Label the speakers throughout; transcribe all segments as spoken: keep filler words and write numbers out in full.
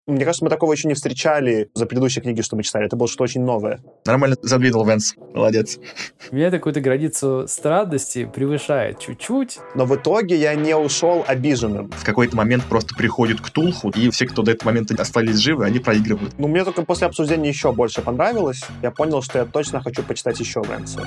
Speaker 1: Мне кажется, мы такого еще не встречали за предыдущие книги, что мы читали. Это было что-то очень новое.
Speaker 2: Нормально задвинул, Венс. Молодец.
Speaker 3: Меня какую-то границу странности превышает чуть-чуть.
Speaker 1: Но в итоге я не ушел обиженным.
Speaker 2: В какой-то момент просто приходит Ктулху, и все, кто до этого момента остались живы, они проигрывают.
Speaker 1: Ну, мне только после обсуждения еще больше понравилось. Я понял, что я точно хочу почитать еще Венса.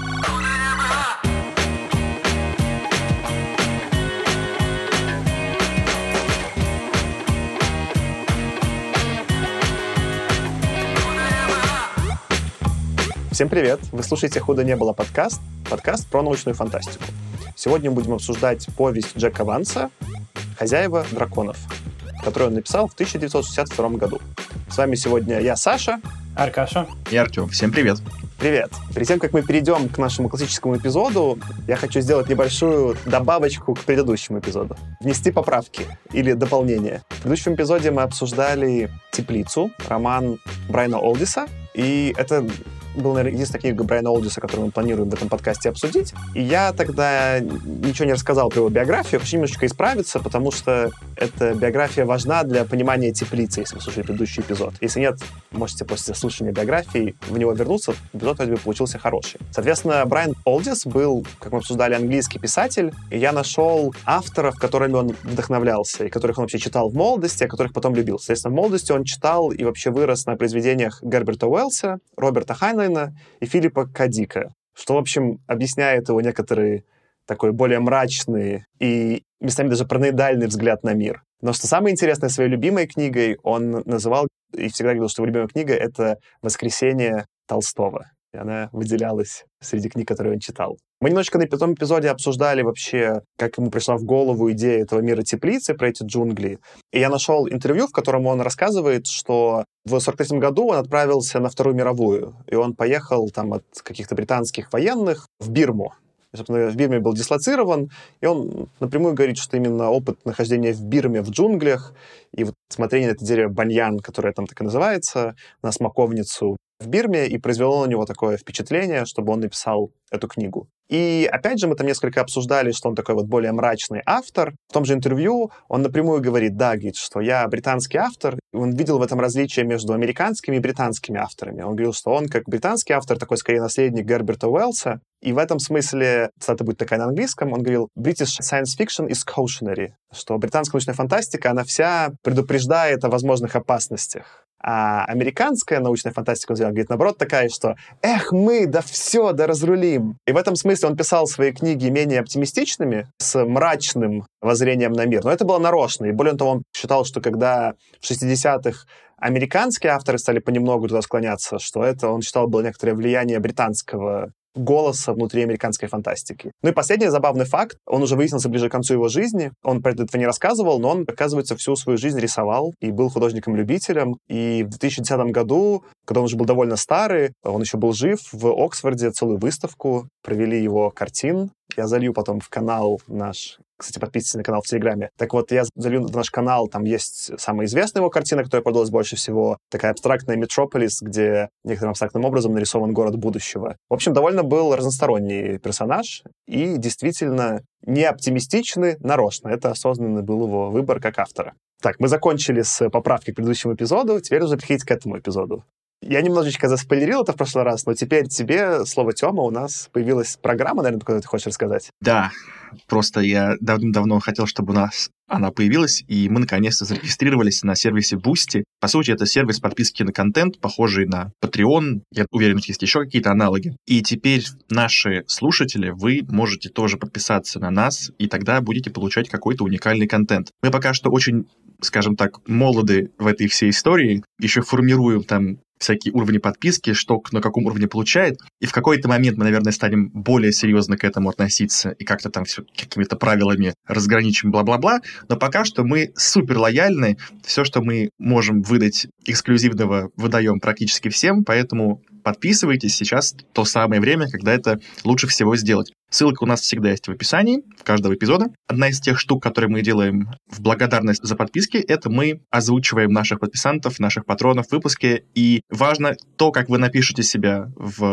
Speaker 1: Всем привет! Вы слушаете «Худо не было» подкаст, подкаст про научную фантастику. Сегодня мы будем обсуждать повесть Джека Ванса «Хозяева драконов», которую он написал в тысяча девятьсот шестьдесят втором году. С вами сегодня я, Саша.
Speaker 3: Аркаша.
Speaker 2: И Артем. Всем привет!
Speaker 1: Привет! Перед тем, как мы перейдем к нашему классическому эпизоду, я хочу сделать небольшую добавочку к предыдущему эпизоду. Внести поправки или дополнения. В предыдущем эпизоде мы обсуждали «Теплицу», роман Брайана Олдиса, и это была, наверное, единственная книга Брайана Олдиса, которую мы планируем в этом подкасте обсудить. И я тогда ничего не рассказал про его биографию, хочу немножечко исправиться, потому что эта биография важна для понимания «Теплицы», если вы слушали предыдущий эпизод. Если нет, можете после слушания биографии в него вернуться. Эпизод вроде бы получился хороший. Соответственно, Брайан Олдис был, как мы обсуждали, английский писатель, и я нашел авторов, которыми он вдохновлялся, и которых он вообще читал в молодости, а которых потом любил. Соответственно, в молодости он читал и вообще вырос на произведениях Герберта Уэллса, Роберта Хайнлайна и Филиппа К. Дика, что, в общем, объясняет его некоторые такой более мрачный и местами даже параноидальный взгляд на мир. Но что самое интересное, своей любимой книгой он называл и всегда говорил, что его любимая книга — это «Воскресенье» Толстого. И она выделялась среди книг, которые он читал. Мы немножечко на том эпизоде обсуждали вообще, как ему пришла в голову идея этого мира теплицы, про эти джунгли. И я нашел интервью, в котором он рассказывает, что в сорок третьем году он отправился на Вторую мировую. И он поехал там от каких-то британских военных в Бирму. И, собственно, в Бирме был дислоцирован, и он напрямую говорит, что именно опыт нахождения в Бирме, в джунглях, и вот смотрение на это дерево баньян, которое там так и называется, на смоковницу в Бирме, и произвело на него такое впечатление, чтобы он написал эту книгу. И опять же, мы там несколько обсуждали, что он такой вот более мрачный автор. В том же интервью он напрямую говорит, да, говорит, что я британский автор, и он видел в этом различие между американскими и британскими авторами. Он говорил, что он, как британский автор, такой скорее наследник Герберта Уэллса, и в этом смысле, цитата будет такая на английском, он говорил, British science fiction is cautionary, что британская научная фантастика, она вся предупреждает о возможных опасностях. А американская научная фантастика, он говорит, наоборот, такая, что «эх, мы, да все, да разрулим». И в этом смысле он писал свои книги менее оптимистичными, с мрачным воззрением на мир. Но это было нарочно. И более того, он считал, что когда в шестидесятых американские авторы стали понемногу туда склоняться, что это, он считал, было некоторое влияние британского голоса внутри американской фантастики. Ну и последний забавный факт. Он уже выяснился ближе к концу его жизни. Он про это не рассказывал, но он, оказывается, всю свою жизнь рисовал и был художником-любителем. И в две тысячи десятом году, когда он уже был довольно старый, он еще был жив, в Оксфорде целую выставку провели его картин. Я залью потом в канал наш... Кстати, подписывайтесь на канал в Телеграме. Так вот, я залью в наш канал, там есть самая известная его картина, которая продалась больше всего. Такая абстрактная «Метрополис», где некоторым абстрактным образом нарисован город будущего. В общем, довольно был разносторонний персонаж и действительно не оптимистичный нарочно. Это осознанный был его выбор как автора. Так, мы закончили с поправкой к предыдущему эпизоду, теперь уже переходить к этому эпизоду. Я немножечко заспойлерил это в прошлый раз, но теперь тебе слово, Тёма, у нас появилась программа, наверное, которую ты хочешь рассказать.
Speaker 2: Да, просто я давным-давно хотел, чтобы у нас она появилась, и мы наконец-то зарегистрировались на сервисе Boosty. По сути, это сервис подписки на контент, похожий на Patreon. Я уверен, что есть еще какие-то аналоги. И теперь наши слушатели, вы можете тоже подписаться на нас, и тогда будете получать какой-то уникальный контент. Мы пока что очень, скажем так, молоды в этой всей истории, еще формируем там всякие уровни подписки, что на каком уровне получает. И в какой-то момент мы, наверное, станем более серьезно к этому относиться и как-то там все какими-то правилами разграничим, бла-бла-бла. Но пока что мы супер лояльны. Все, что мы можем выдать эксклюзивного, выдаем практически всем, поэтому подписывайтесь. Сейчас то самое время, когда это лучше всего сделать. Ссылка у нас всегда есть в описании каждого эпизода. Одна из тех штук, которые мы делаем в благодарность за подписки, это мы озвучиваем наших подписантов, наших патронов в выпуске. И важно то, как вы напишете себя в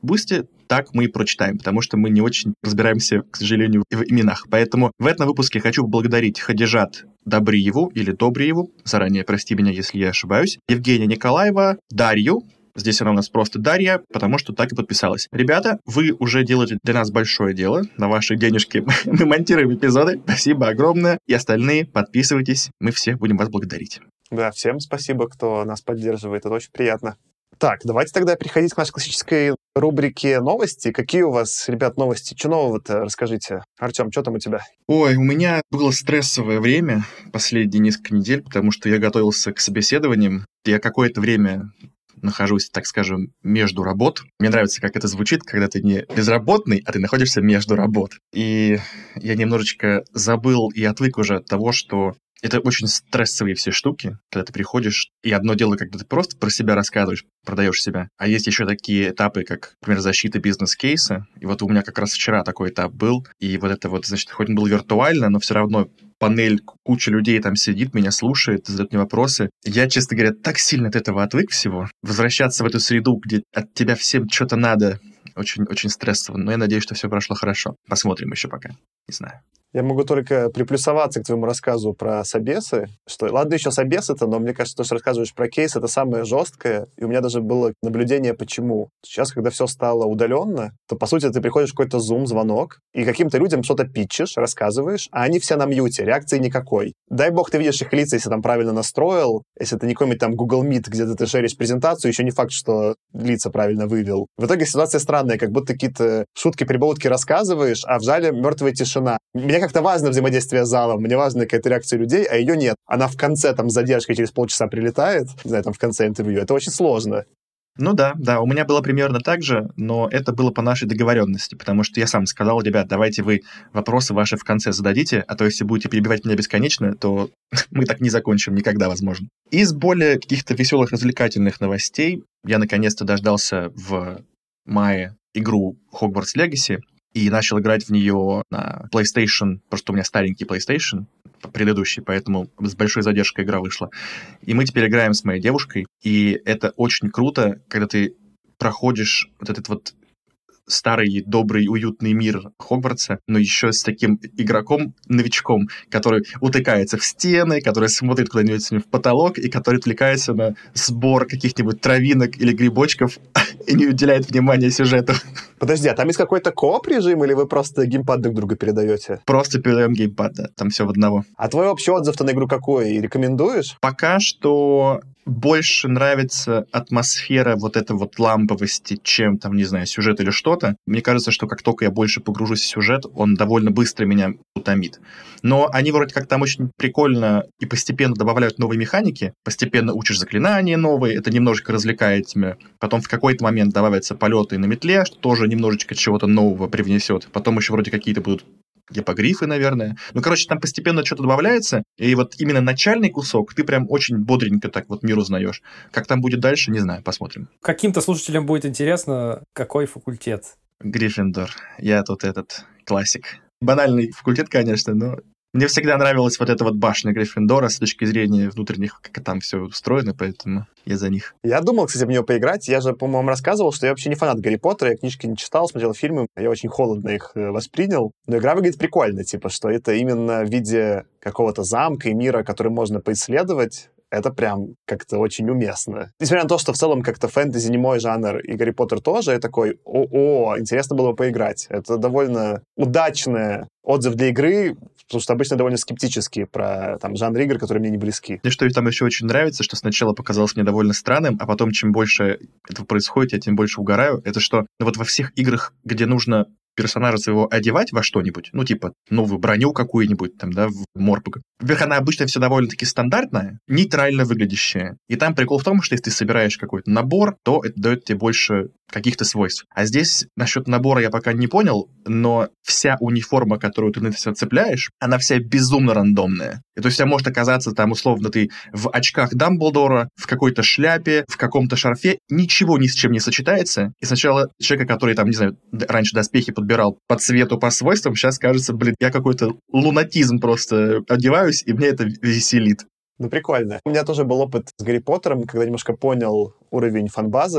Speaker 2: Boosty, так мы и прочитаем, потому что мы не очень разбираемся, к сожалению, в именах. Поэтому в этом выпуске хочу поблагодарить Хадижат Добриеву или Добриеву, заранее прости меня, если я ошибаюсь, Евгения Николаева, Дарью, здесь она у нас просто Дарья, потому что так и подписалась. Ребята, вы уже делаете для нас большое дело. На ваши денежки мы монтируем эпизоды. Спасибо огромное. И остальные подписывайтесь. Мы все будем вас благодарить.
Speaker 1: Да, всем спасибо, кто нас поддерживает. Это очень приятно. Так, давайте тогда переходить к нашей классической рубрике новости. Какие у вас, ребят, новости? Что нового-то? Расскажите. Артем, что там у тебя?
Speaker 2: Ой, у меня было стрессовое время последние несколько недель, потому что я готовился к собеседованиям. Я какое-то время нахожусь, так скажем, между работ. Мне нравится, как это звучит, когда ты не безработный, а ты находишься между работ. И я немножечко забыл и отвык уже от того, что это очень стрессовые все штуки, когда ты приходишь, и одно дело, когда ты просто про себя рассказываешь, продаешь себя, а есть еще такие этапы, как, например, защита бизнес-кейса, и вот у меня как раз вчера такой этап был, и вот это вот, значит, хоть он был виртуально, но все равно панель, куча людей там сидит, меня слушает, задает мне вопросы. Я, честно говоря, так сильно от этого отвык всего. Возвращаться в эту среду, где от тебя всем что-то надо, очень-очень стрессово, но я надеюсь, что все прошло хорошо. Посмотрим еще пока, не знаю.
Speaker 1: Я могу только приплюсоваться к твоему рассказу про собесы, что, ладно, еще собесы-то, но мне кажется, то, что рассказываешь про кейс, это самое жесткое, и у меня даже было наблюдение, почему. Сейчас, когда все стало удаленно, то, по сути, ты приходишь в какой-то Zoom-звонок, и каким-то людям что-то питчишь, рассказываешь, а они все на мьюте, реакции никакой. Дай бог, ты видишь их лица, если там правильно настроил, если это не какой-нибудь там Google Meet, где ты шеришь презентацию, еще не факт, что лица правильно вывел. В итоге ситуация странная, как будто какие-то шутки-прибаутки рассказываешь, а в зале мертвая тишина. Мне как-то важно взаимодействие с залом, мне важна какая-то реакция людей, а ее нет. Она в конце, там, с задержкой через полчаса прилетает, не знаю, там, в конце интервью. Это очень сложно.
Speaker 2: Ну да, да, у меня было примерно так же, но это было по нашей договоренности, потому что я сам сказал: ребят, давайте вы вопросы ваши в конце зададите, а то если будете перебивать меня бесконечно, то мы так не закончим никогда, возможно. Из более каких-то веселых, развлекательных новостей я наконец-то дождался в мае игру Hogwarts Legacy и начал играть в нее на PlayStation, просто у меня старенький PlayStation, предыдущий, поэтому с большой задержкой игра вышла. И мы теперь играем с моей девушкой, и это очень круто, когда ты проходишь вот этот вот старый, добрый, уютный мир Хогвартса, но еще с таким игроком-новичком, который утыкается в стены, который смотрит куда-нибудь в потолок и который отвлекается на сбор каких-нибудь травинок или грибочков и не уделяет внимания сюжету.
Speaker 1: Подожди, а там есть какой-то кооп-режим, или вы просто геймпад друг друга передаете?
Speaker 2: Просто передаем геймпад, да, там все в одного.
Speaker 1: А твой общий отзыв-то на игру какой? И рекомендуешь?
Speaker 2: Пока что больше нравится атмосфера вот этой вот ламповости, чем там, не знаю, сюжет или что-то. Мне кажется, что как только я больше погружусь в сюжет, он довольно быстро меня утомит. Но они вроде как там очень прикольно и постепенно добавляют новые механики, постепенно учишь заклинания новые, это немножечко развлекает тебя. Потом в какой-то момент добавятся полеты на метле, что тоже немножечко чего-то нового привнесет. Потом еще вроде какие-то будут гипогрифы, наверное. Ну, короче, там постепенно что-то добавляется, и вот именно начальный кусок ты прям очень бодренько так вот мир узнаешь. Как там будет дальше, не знаю, посмотрим.
Speaker 3: Каким-то слушателям будет интересно, какой факультет.
Speaker 2: Гриффиндор. Я тут этот классик. Банальный факультет, конечно, но мне всегда нравилась вот эта вот башня Гриффиндора с точки зрения внутренних, как там все устроено, поэтому я за них.
Speaker 1: Я думал, кстати, в нее поиграть. Я же, по-моему, рассказывал, что я вообще не фанат Гарри Поттера, я книжки не читал, смотрел фильмы, я очень холодно их воспринял. Но игра выглядит прикольно, типа, что это именно в виде какого-то замка и мира, который можно поисследовать. Это прям как-то очень уместно. Несмотря на то, что в целом как-то фэнтези не мой жанр, и Гарри Поттер тоже, я такой: о-о, интересно было бы поиграть. Это довольно удачный отзыв для игры, потому что обычно довольно скептические про там жанр игр, которые мне не близки.
Speaker 2: Мне что там еще очень нравится, что сначала показалось мне довольно странным, а потом, чем больше этого происходит, я тем больше угораю, это что ну, вот во всех играх, где нужно персонажа своего одевать во что-нибудь, ну, типа, новую броню какую-нибудь, там, да, в Морпога. Во-первых, она обычно все довольно-таки стандартная, нейтрально выглядящая. И там прикол в том, что если ты собираешь какой-то набор, то это дает тебе больше каких-то свойств. А здесь насчет набора я пока не понял, но вся униформа, которую ты на себя цепляешь, она вся безумно рандомная. И то есть у тебя может оказаться там, условно, ты в очках Дамблдора, в какой-то шляпе, в каком-то шарфе, ничего ни с чем не сочетается. И сначала человека, который там, не знаю, раньше доспехи подбирал по цвету, по свойствам, сейчас кажется, блин, я какой-то лунатизм просто одеваюсь, и мне это веселит.
Speaker 1: Ну, прикольно. У меня тоже был опыт с Гарри Поттером, когда немножко понял уровень фан-базы.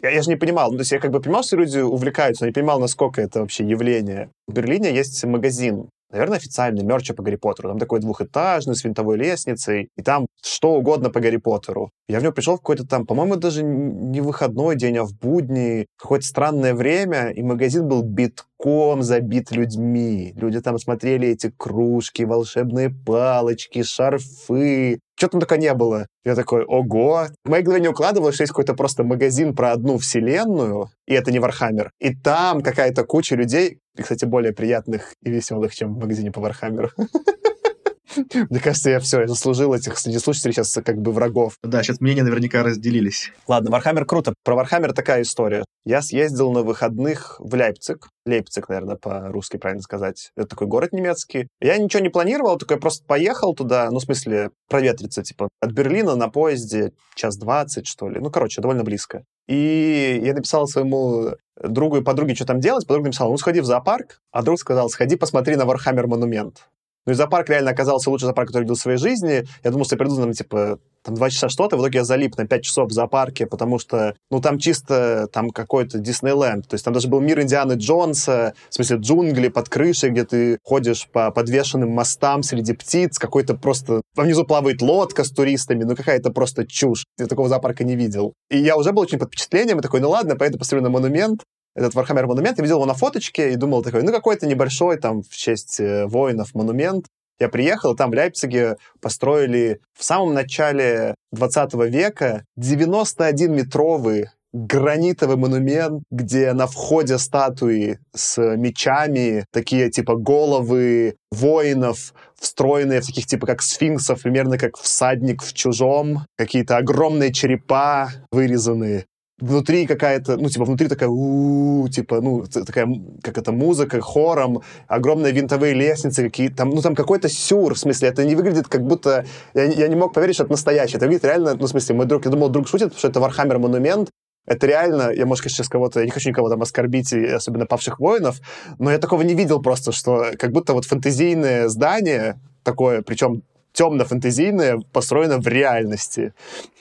Speaker 1: Я, я же не понимал, ну, то есть я как бы понимал, что люди увлекаются, но не понимал, насколько это вообще явление. В Берлине есть магазин, наверное, официальный, мерча по Гарри Поттеру. Там такой двухэтажный, с винтовой лестницей, и там что угодно по Гарри Поттеру. Я в него пришел в какой-то там, по-моему, даже не выходной день, а в будни, какое-то странное время, и магазин был битком забит людьми. Люди там смотрели эти кружки, волшебные палочки, шарфы. Что там только не было. Я такой, ого. В моей голове не укладывалось, что есть какой-то просто магазин про одну вселенную, и это не Вархаммер. И там какая-то куча людей, и, кстати, более приятных и веселых, чем в магазине по Вархаммеру. Мне кажется, я все, я заслужил этих среди слушателей сейчас как бы врагов.
Speaker 2: Да, сейчас мнения наверняка разделились.
Speaker 1: Ладно, Вархаммер круто. Про Вархаммер такая история. Я съездил на выходных в Лейпциг. Лейпциг, наверное, по-русски правильно сказать. Это такой город немецкий. Я ничего не планировал, только я просто поехал туда, ну, в смысле, проветриться, типа, от Берлина на поезде час двадцать, что ли. Ну, короче, довольно близко. И я написал своему другу и подруге, что там делать. Подруга написала, ну, сходи в зоопарк. А друг сказал, сходи, посмотри на Вархаммер монумент. Ну и зоопарк реально оказался лучший зоопарк, который я видел в своей жизни. Я думал, что я приду, там, типа, там два часа что-то, в итоге я залип на пять часов в зоопарке, потому что, ну, там чисто там какой-то Диснейленд. То есть там даже был мир Индианы Джонса, в смысле джунгли под крышей, где ты ходишь по подвешенным мостам среди птиц, какой-то просто... Внизу плавает лодка с туристами, ну, какая-то просто чушь. Я такого зоопарка не видел. И я уже был очень под впечатлением, и такой, ну, ладно, поеду посмотрю на монумент. Этот Вархаммер монумент, я видел его на фоточке и думал такой, ну, какой-то небольшой там в честь э, воинов монумент. Я приехал, там в Лейпциге построили в самом начале двадцатого века девяносто один метровый гранитовый монумент, где на входе статуи с мечами, такие типа головы воинов, встроенные в таких типа как сфинксов, примерно как всадник в Чужом, какие-то огромные черепа вырезанные. Внутри какая-то, ну, типа, внутри такая, у-у-у, типа, ну, такая, как это, музыка, хором, огромные винтовые лестницы какие-то, там, ну, там какой-то сюр, в смысле, это не выглядит как будто, я, я не мог поверить, что это настоящее, это выглядит реально, ну, в смысле, мой друг, я думал, друг шутит, что это Вархаммер монумент, это реально, я, может, конечно, сейчас кого-то, я не хочу никого там оскорбить, особенно павших воинов, но я такого не видел просто, что как будто вот фэнтезийное здание такое, причем темно-фэнтезийное, построено в реальности.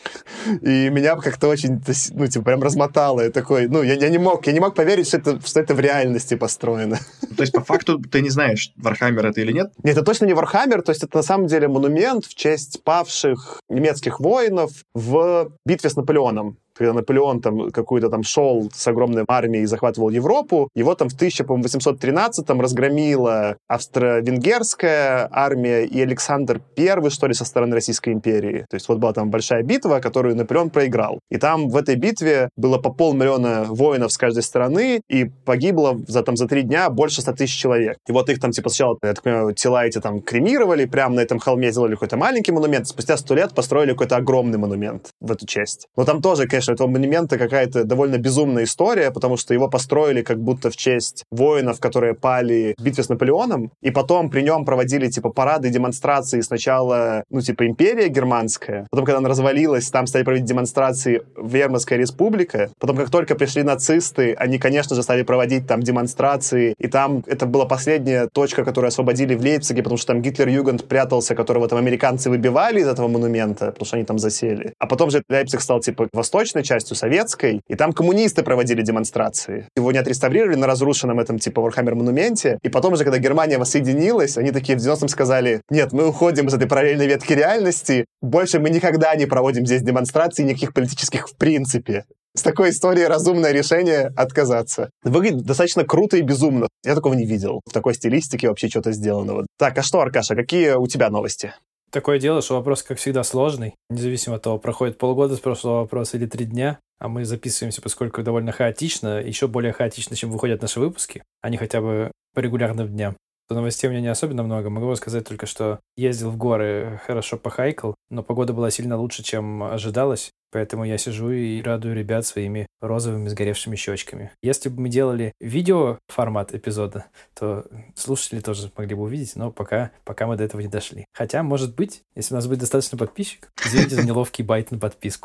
Speaker 1: И меня как-то очень, ну, типа, прям размотало. Я такой, ну, я, я не мог, я не мог поверить, что это, что это в реальности построено.
Speaker 2: То есть, по факту, ты не знаешь, Вархаммер это или нет?
Speaker 1: Нет, это точно не Вархаммер, то есть это на самом деле монумент в честь павших немецких воинов в битве с Наполеоном. Когда Наполеон там какую-то там шел с огромной армией и захватывал Европу, его там в тысяча восемьсот тринадцатом разгромила австро-венгерская армия и Александр Первый, что ли, со стороны Российской империи. То есть вот была там большая битва, которую Наполеон проиграл. И там в этой битве было по полмиллиона воинов с каждой стороны, и погибло за, там, за три дня больше ста тысяч человек. И вот их там, типа, сначала, я так понимаю, тела эти там кремировали, прямо на этом холме сделали какой-то маленький монумент, спустя сто лет построили какой-то огромный монумент в эту честь. Но там тоже, конечно, у этого монумента какая-то довольно безумная история, потому что его построили как будто в честь воинов, которые пали в битве с Наполеоном, и потом при нем проводили, типа, парады, демонстрации. Сначала, ну, типа, империя германская, потом, когда она развалилась, там стали проводить демонстрации Веймарская республика, потом, как только пришли нацисты, они, конечно же, стали проводить там демонстрации, и там это была последняя точка, которую освободили в Лейпциге, потому что там Гитлер-Югент прятался, которого там американцы выбивали из этого монумента, потому что они там засели. А потом же Лейпциг стал, типа, восточной частью, советской, и там коммунисты проводили демонстрации. Его не отреставрировали на разрушенном этом, типа, Вархаммер-монументе, и потом же, когда Германия воссоединилась, они такие в девяностом сказали, нет, мы уходим из этой параллельной ветки реальности, больше мы никогда не проводим здесь демонстраций, никаких политических в принципе. С такой историей разумное решение отказаться. Выглядит достаточно круто и безумно. Я такого не видел. В такой стилистике вообще что-то сделанного. Так, а что, Аркаша, какие у тебя новости?
Speaker 3: Такое дело, что вопрос, как всегда, сложный. Независимо от того, проходит полгода с прошлого вопроса или три дня, а мы записываемся, поскольку довольно хаотично, еще более хаотично, чем выходят наши выпуски, а не хотя бы по регулярным дням. То новостей у меня не особенно много. Могу сказать только, что ездил в горы, хорошо похайкал, но погода была сильно лучше, чем ожидалось. Поэтому я сижу и радую ребят своими розовыми сгоревшими щечками. Если бы мы делали видео формат эпизода, то слушатели тоже могли бы увидеть, но пока, пока мы до этого не дошли. Хотя, может быть, если у нас будет достаточно подписчиков, извините за неловкий байт на подписку.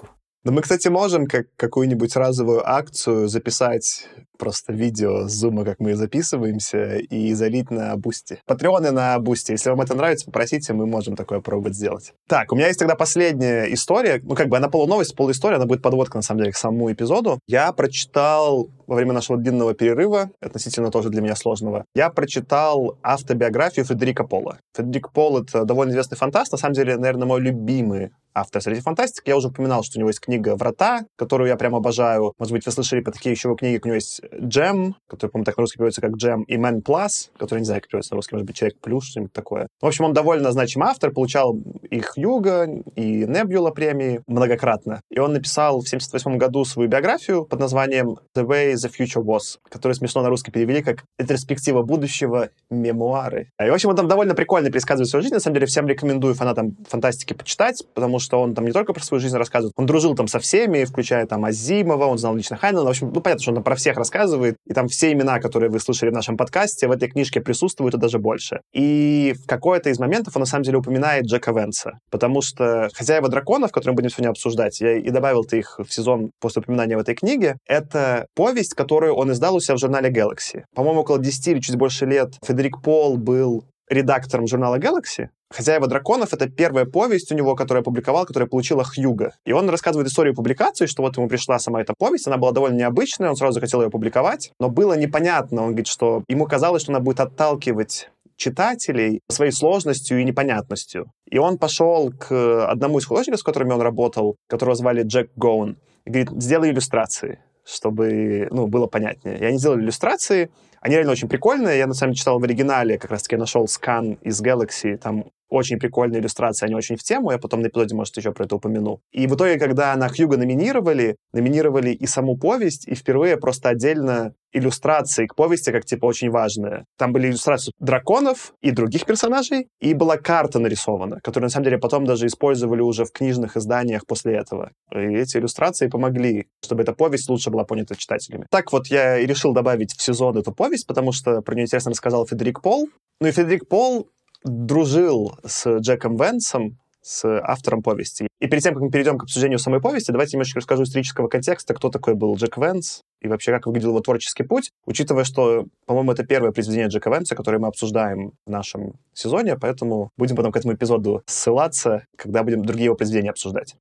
Speaker 1: Но мы, кстати, можем как какую-нибудь разовую акцию записать просто видео с зума, как мы записываемся, и залить на Бусти. Патреоны на Бусти. Если вам это нравится, попросите, мы можем такое пробовать сделать. Так, у меня есть тогда последняя история. Ну, как бы она полуновость, полуистория, она будет подводка, на самом деле, к самому эпизоду. Я прочитал во время нашего длинного перерыва, относительно тоже для меня сложного, я прочитал автобиографию Фредерика Пола. Фредерик Пол — это довольно известный фантаст, на самом деле, наверное, мой любимый автор среди фантастики. Я уже упоминал, что у него есть книга «Врата», которую я прям обожаю. Может быть, вы слышали про такие еще его книги, как у него есть «Джем», который, по-моему, так на русский переводится как «Джем», и «Man Plus», который, не знаю, как переводится на русский, может быть, «Человек плюс», что-нибудь такое. В общем, он довольно значимый автор, получал и Хьюго, и Небюла премии многократно. И он написал в семьдесят восьмом году свою биографию под названием «The Way the Future Was», которую смешно на русский перевели как «Ретроспектива будущего. Мемуары». И, в общем, он там довольно прикольно пересказывает свою жизнь. На самом деле, всем рекомендую фанатам фантастики почитать, потому что он там не только про свою жизнь рассказывает, он дружил там со всеми, включая там Азимова, он знал лично Хайнлайна. В общем, ну, понятно, что он там про всех рассказывает, и там все имена, которые вы слышали в нашем подкасте, в этой книжке присутствуют, и даже больше. И в какой-то из моментов он, на самом деле, упоминает Джека Венса, потому что «Хозяева драконов», которые мы будем сегодня обсуждать, я и добавил-то их в сезон после упоминания в этой книге, это повесть, которую он издал у себя в журнале Galaxy. По-моему, около десяти или чуть больше лет Фредерик Пол был редактором журнала Galaxy. «Хозяева драконов» — это первая повесть у него, которую я опубликовал, которая получила Хьюго. И он рассказывает историю публикации, что вот ему пришла сама эта повесть, она была довольно необычная, он сразу хотел ее публиковать, но было непонятно, он говорит, что ему казалось, что она будет отталкивать читателей своей сложностью и непонятностью. И он пошел к одному из художников, с которыми он работал, которого звали Джек Гоун, и говорит, сделай иллюстрации, чтобы, ну, было понятнее. И они сделали иллюстрации, они реально очень прикольные. Я, на самом деле, читал в оригинале, как раз-таки нашел скан из Galaxy, там очень прикольные иллюстрации, они очень в тему, я потом на эпизоде, может, еще про это упомяну. И в итоге, когда на Хьюго номинировали, номинировали и саму повесть, и впервые просто отдельно иллюстрации к повести, как, типа, очень важные. Там были иллюстрации драконов и других персонажей, и была карта нарисована, которую, на самом деле, потом даже использовали уже в книжных изданиях после этого. И эти иллюстрации помогли, чтобы эта повесть лучше была понята читателями. Так вот, я и решил добавить в сезон эту повесть, потому что про нее интересно рассказал Фредерик Пол. Ну и Фредерик Пол дружил с Джеком Венсом, с автором повести. И перед тем, как мы перейдем к обсуждению самой повести, давайте немножечко расскажу исторического контекста, кто такой был Джек Венс и вообще как выглядел его творческий путь, учитывая, что, по-моему, это первое произведение Джека Венса, которое мы обсуждаем в нашем сезоне, поэтому будем потом к этому эпизоду ссылаться, когда будем другие его произведения обсуждать.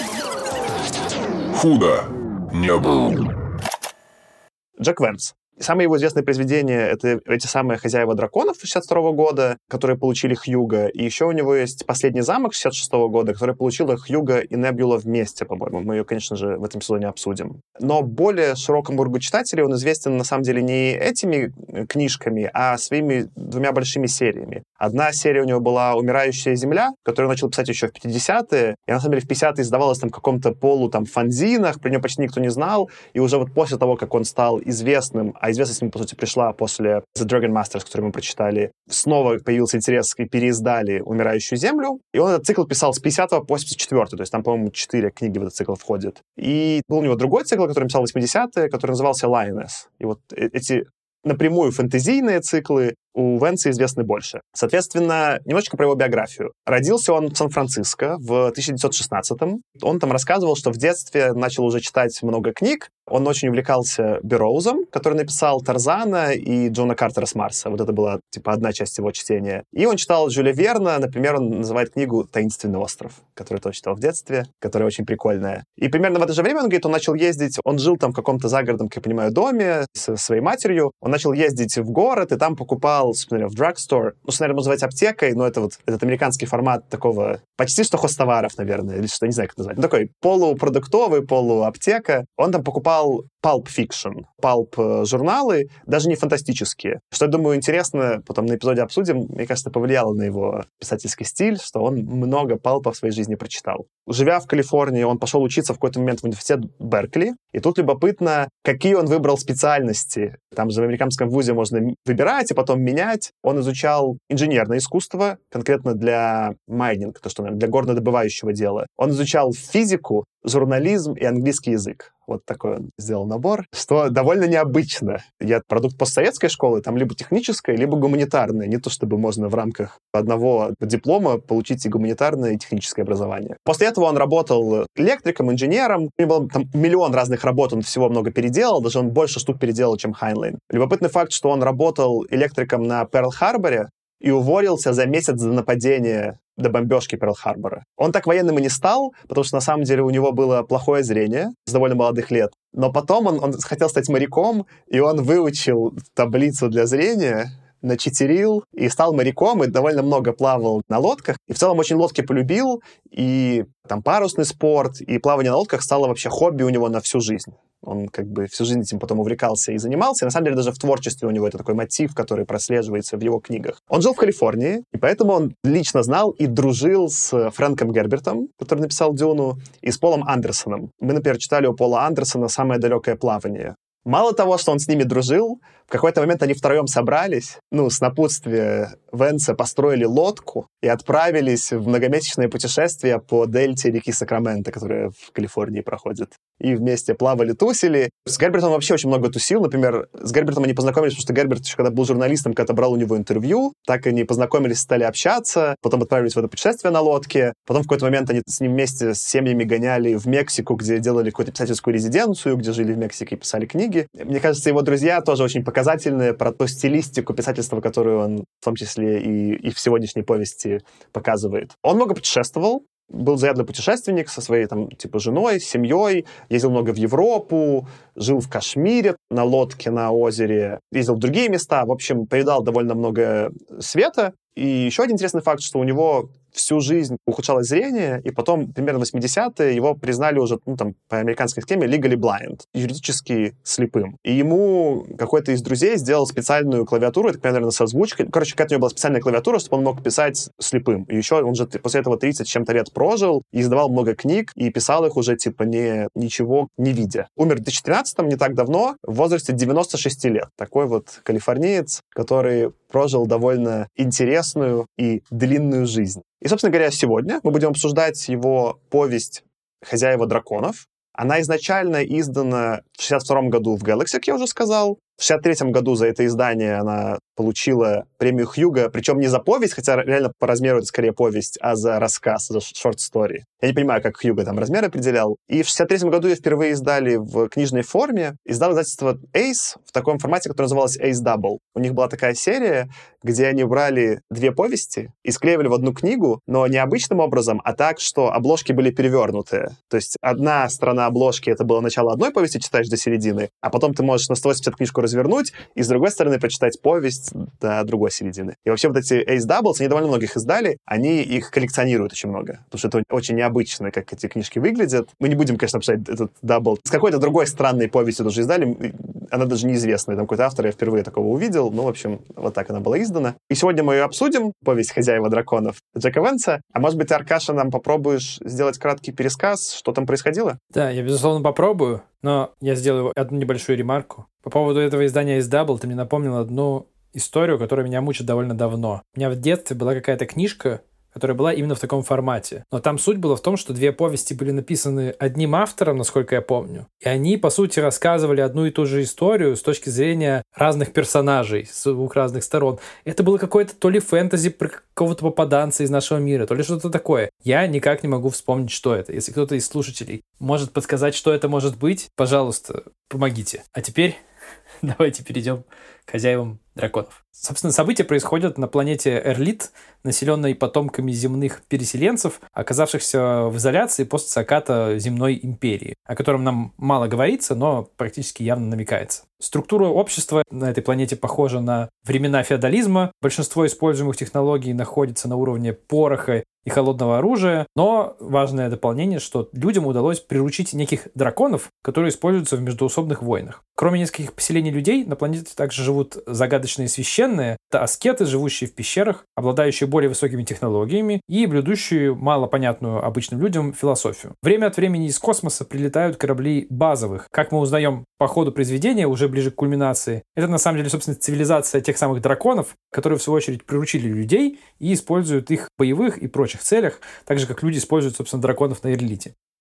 Speaker 4: Худо не было.
Speaker 1: Джек Венс. Самое его известное произведение — это эти самые «Хозяева драконов» шестьдесят второго года, которые получили Хьюго. И еще у него есть «Последний замок» шестьдесят шестого года, который получила Хьюго и Небюла вместе, по-моему. Мы ее, конечно же, в этом сезоне обсудим. Но более широкому кругу читателей он известен, на самом деле, не этими книжками, а своими двумя большими сериями. Одна серия у него была «Умирающая земля», которую он начал писать еще в пятидесятые. И, на самом деле, в пятидесятые издавалась там в каком-то полу там фанзинах, про него почти никто не знал. И уже вот после того, как он стал известным, а известность ему, по сути, пришла после The Dragon Masters, который мы прочитали, снова появился интерес и переиздали «Умирающую землю». И он этот цикл писал с пятидесятого по восемьдесят четвёртый, то есть там, по-моему, четыре книги в этот цикл входят. И был у него другой цикл, который он писал в восьмидесятые, который назывался Lioness. И вот эти напрямую фэнтезийные циклы у Венса известны больше. Соответственно, немножечко про его биографию. Родился он в Сан-Франциско в тысяча девятьсот шестнадцатом. Он там рассказывал, что в детстве начал уже читать много книг. Он очень увлекался Берроузом, который написал «Тарзана» и «Джона Картера с Марса». Вот это была, типа, одна часть его чтения. И он читал Жюля Верна. Например, он называет книгу «Таинственный остров», которую тоже читал в детстве, которая очень прикольная. И примерно в это же время, он говорит, он начал ездить, он жил там в каком-то загородном, как я понимаю, доме со своей матерью. Он начал ездить в город и там покупал, собственно, в drugstore. Ну, что, наверное, называть аптекой, но это вот этот американский формат такого почти что хозтоваров, наверное, или что, не знаю, как назвать. Ну, такой полупродуктовый, полуаптека. Он там покупал pulp fiction, pulp-журналы, даже не фантастические. Что, я думаю, интересно, потом на эпизоде обсудим, мне кажется, повлияло на его писательский стиль, что он много палпа в своей жизни прочитал. Живя в Калифорнии, он пошел учиться в какой-то момент в университет Беркли, и тут любопытно, какие он выбрал специальности. Там же в американском вузе можно выбирать и потом менять. Он изучал инженерное искусство, конкретно для майнинга, то, что, наверное, для горнодобывающего дела. Он изучал физику, журнализм и английский язык. Вот такой он сделал набор, что довольно необычно. Я продукт постсоветской школы, там либо техническая, либо гуманитарная. Не то чтобы можно в рамках одного диплома получить и гуманитарное, и техническое образование. После этого он работал электриком, инженером. У него был там миллион разных работ, он всего много переделал, даже он больше штук переделал, чем Хайнлайн. Любопытный факт, что он работал электриком на Перл-Харборе и уволился за месяц до нападения, до бомбежки Перл-Харбора. Он так военным и не стал, потому что на самом деле у него было плохое зрение с довольно молодых лет. Но потом он, он хотел стать моряком, и он выучил таблицу для зрения, начитерил и стал моряком, и довольно много плавал на лодках. И в целом очень лодки полюбил, и там парусный спорт, и плавание на лодках стало вообще хобби у него на всю жизнь. Он как бы всю жизнь этим потом увлекался и занимался. И на самом деле даже в творчестве у него это такой мотив, который прослеживается в его книгах. Он жил в Калифорнии, и поэтому он лично знал и дружил с Фрэнком Гербертом, который написал «Дюну», и с Полом Андерсоном. Мы, например, читали у Пола Андерсона «Самое далекое плавание». Мало того, что он с ними дружил, в какой-то момент они втроем собрались, ну, с напутствия Венца построили лодку и отправились в многомесячное путешествие по дельте реки Сакраменто, которая в Калифорнии проходит. И вместе плавали, тусили. С Гербертом вообще очень много тусил. Например, с Гербертом они познакомились, потому что Герберт еще когда был журналистом, когда брал у него интервью, так они познакомились, стали общаться, потом отправились в это путешествие на лодке. Потом в какой-то момент они с ним вместе с семьями гоняли в Мексику, где делали какую-то писательскую резиденцию, где жили в Мексике и писали книги. Мне кажется, его друзья тоже очень показательные про ту стилистику писательства, которую он в том числе и, и в сегодняшней повести показывает. Он много путешествовал, был заядлый путешественник со своей там типа женой, семьей, ездил много в Европу, жил в Кашмире на лодке на озере, ездил в другие места, в общем, повидал довольно много света. И еще один интересный факт, что у него всю жизнь ухудшалось зрение, и потом, примерно в восьмидесятые, его признали уже, ну, там, по американской схеме, legally blind, юридически слепым. И ему какой-то из друзей сделал специальную клавиатуру, это, наверное, с озвучкой. Короче, какая-то у него была специальная клавиатура, чтобы он мог писать слепым. И еще он же после этого тридцать с чем-то лет прожил, и издавал много книг, и писал их уже, типа, не, ничего не видя. Умер в две тысячи тринадцатом, не так давно, в возрасте девяноста шести лет. Такой вот калифорниец, который прожил довольно интересную и длинную жизнь. И, собственно говоря, сегодня мы будем обсуждать его повесть «Хозяева драконов». Она изначально издана в шестьдесят втором году в Galaxy, как я уже сказал. В шестьдесят третьем году за это издание она получила премию Хьюга, причем не за повесть, хотя реально по размеру это скорее повесть, а за рассказ, за шорт-стори. Я не понимаю, как Хьюга там размер определял. И в шестьдесят третьем году ее впервые издали в книжной форме. Издало издательство Ace в таком формате, который назывался Ace Double. У них была такая серия, где они брали две повести и склеивали в одну книгу, но не обычным образом, а так, что обложки были перевернутые. То есть одна сторона обложки — это было начало одной повести, читаешь до середины, а потом ты можешь на сто восемьдесят книжку развернуть и с другой стороны прочитать повесть до другой середины. И вообще вот эти Ace Doubles, они довольно много их издали, они их коллекционируют очень много, потому что это очень необычно, как эти книжки выглядят. Мы не будем, конечно, обсуждать этот дабл. С какой-то другой странной повестью тоже издали, она даже неизвестная, там какой-то автор я впервые такого увидел, ну, в общем, вот так она была издана. И сегодня мы ее обсудим, повесть «Хозяева драконов» Джека Венца. А может быть, ты, Аркаша, нам попробуешь сделать краткий пересказ, что там происходило?
Speaker 3: Да, я, безусловно, попробую, но я сделаю одну небольшую ремарку. По поводу этого издания Ace Double ты мне напомнил одну историю, которая меня мучит довольно давно. У меня в детстве была какая-то книжка, которая была именно в таком формате. Но там суть была в том, что две повести были написаны одним автором, насколько я помню. И они, по сути, рассказывали одну и ту же историю с точки зрения разных персонажей с двух разных сторон. Это было какое-то то ли фэнтези про какого-то попаданца из нашего мира, то ли что-то такое. Я никак не могу вспомнить, что это. Если кто-то из слушателей может подсказать, что это может быть, пожалуйста, помогите. А теперь давайте перейдем к «Хозяевам драконов». Собственно, события происходят на планете Эрлит, населенной потомками земных переселенцев, оказавшихся в изоляции после заката земной империи, о котором нам мало говорится, но практически явно намекается. Структура общества на этой планете похожа на времена феодализма. Большинство используемых технологий находится на уровне пороха и холодного оружия, но важное дополнение, что людям удалось приручить неких драконов, которые используются в междоусобных войнах. Кроме нескольких поселений людей, на планете также живут загадочные священные, это аскеты, живущие в пещерах, обладающие более высокими технологиями и блюдущие малопонятную обычным людям философию. Время от времени из космоса прилетают корабли базовых. Как мы узнаем по ходу произведения, уже ближе к кульминации, это на самом деле, собственно, цивилизация тех самых драконов, которые, в свою очередь, приручили людей и используют их в боевых и прочих целях, так же, как люди используют, собственно, драконов на Эрлите.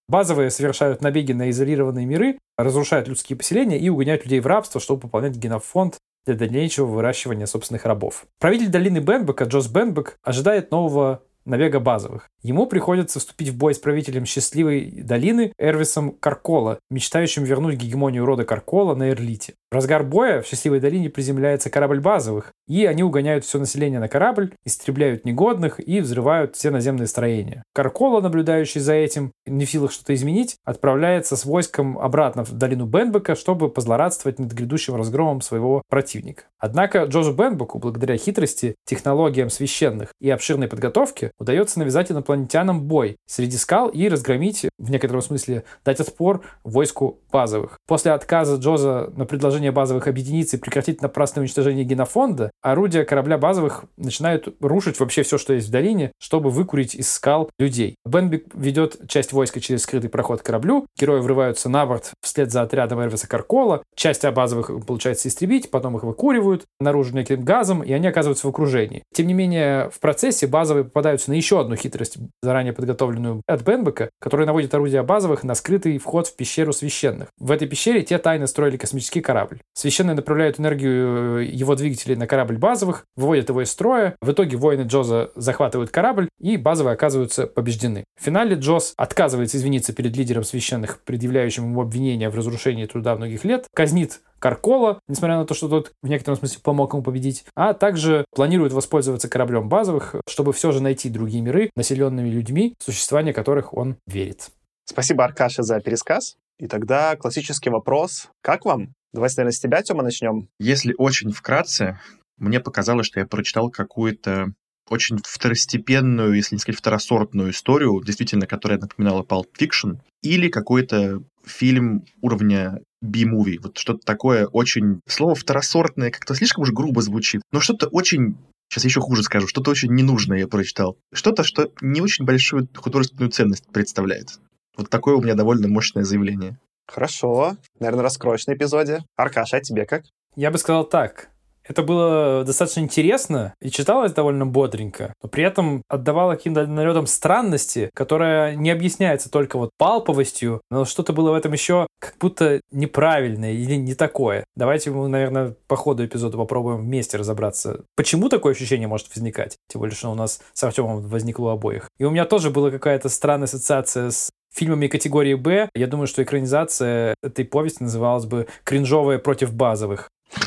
Speaker 3: Базовые совершают набеги на изолированные миры, разрушают людские поселения и угоняют людей в рабство, чтобы пополнять генофонд для дальнейшего выращивания собственных рабов. Правитель долины Бенбека Джос Бенбек ожидает нового набега базовых. Ему приходится вступить в бой с правителем счастливой долины Эрвисом Каркола, мечтающим вернуть гегемонию рода Каркола на Эрлите. В разгар боя в счастливой долине приземляется корабль базовых, и они угоняют все население на корабль, истребляют негодных и взрывают все наземные строения. Каркола, наблюдающий за этим, не в силах что-то изменить, отправляется с войском обратно в долину Бенбека, чтобы позлорадствовать над грядущим разгромом своего противника. Однако Джозу Бенбеку, благодаря хитрости, технологиям священных и обширной подготовке, удается навязать инопланетянам бой среди скал и разгромить, в некотором смысле, дать отпор войску базовых. После отказа Джоза на предложение базовых объединиться и прекратить напрасное уничтожение генофонда, орудия корабля базовых начинают рушить вообще все, что есть в долине, чтобы выкурить из скал людей. Бенбек ведет часть войска через скрытый проход к кораблю, герои врываются на борт вслед за отрядом Эрвиса Каркола, часть базовых получается истребить, потом их выкуривают наружу неким газом, и они оказываются в окружении. Тем не менее, в процессе базовые попадаются на еще одну хитрость, заранее подготовленную от Бенбека, которая наводит орудия базовых на скрытый вход в пещеру священных. В этой пещере те тайно строили космический корабль. Священные направляют энергию его двигателей на корабль базовых, выводят его из строя. В итоге воины Джоза захватывают корабль, и базовые оказываются побеждены. В финале Джоз отказывается извиниться перед лидером священных, предъявляющим ему обвинения в разрушении труда многих лет, казнит Каркола, несмотря на то, что тот в некотором смысле помог ему победить, а также планирует воспользоваться кораблем базовых, чтобы все же найти другие миры, населенными людьми, в существование которых он верит.
Speaker 1: Спасибо, Аркаша, за пересказ. И тогда классический вопрос. Как вам? Давайте, наверное, с тебя, Тёма, начнем.
Speaker 2: Если очень вкратце, мне показалось, что я прочитал какую-то очень второстепенную, если не сказать второсортную историю, действительно, которая напоминала Pulp Fiction, или какой-то фильм уровня B-movie. Вот что-то такое очень... Слово «второсортное» как-то слишком уж грубо звучит, но что-то очень... Сейчас еще хуже скажу. Что-то очень ненужное я прочитал. Что-то, что не очень большую художественную ценность представляет. Вот такое у меня довольно мощное заявление.
Speaker 1: Хорошо. Наверное, раскроешь на эпизоде. Аркаша, а тебе как?
Speaker 3: Я бы сказал так. Это было достаточно интересно и читалось довольно бодренько, но при этом отдавало каким-то налетам странности, которая не объясняется только вот палповостью, но что-то было в этом еще как будто неправильное или не такое. Давайте мы, наверное, по ходу эпизода попробуем вместе разобраться, почему такое ощущение может возникать. Тем более, что у нас с Артемом возникло у обоих. И у меня тоже была какая-то странная ассоциация с фильмами категории «Б». Я думаю, что экранизация этой повести называлась бы «Кринжовая против базовых».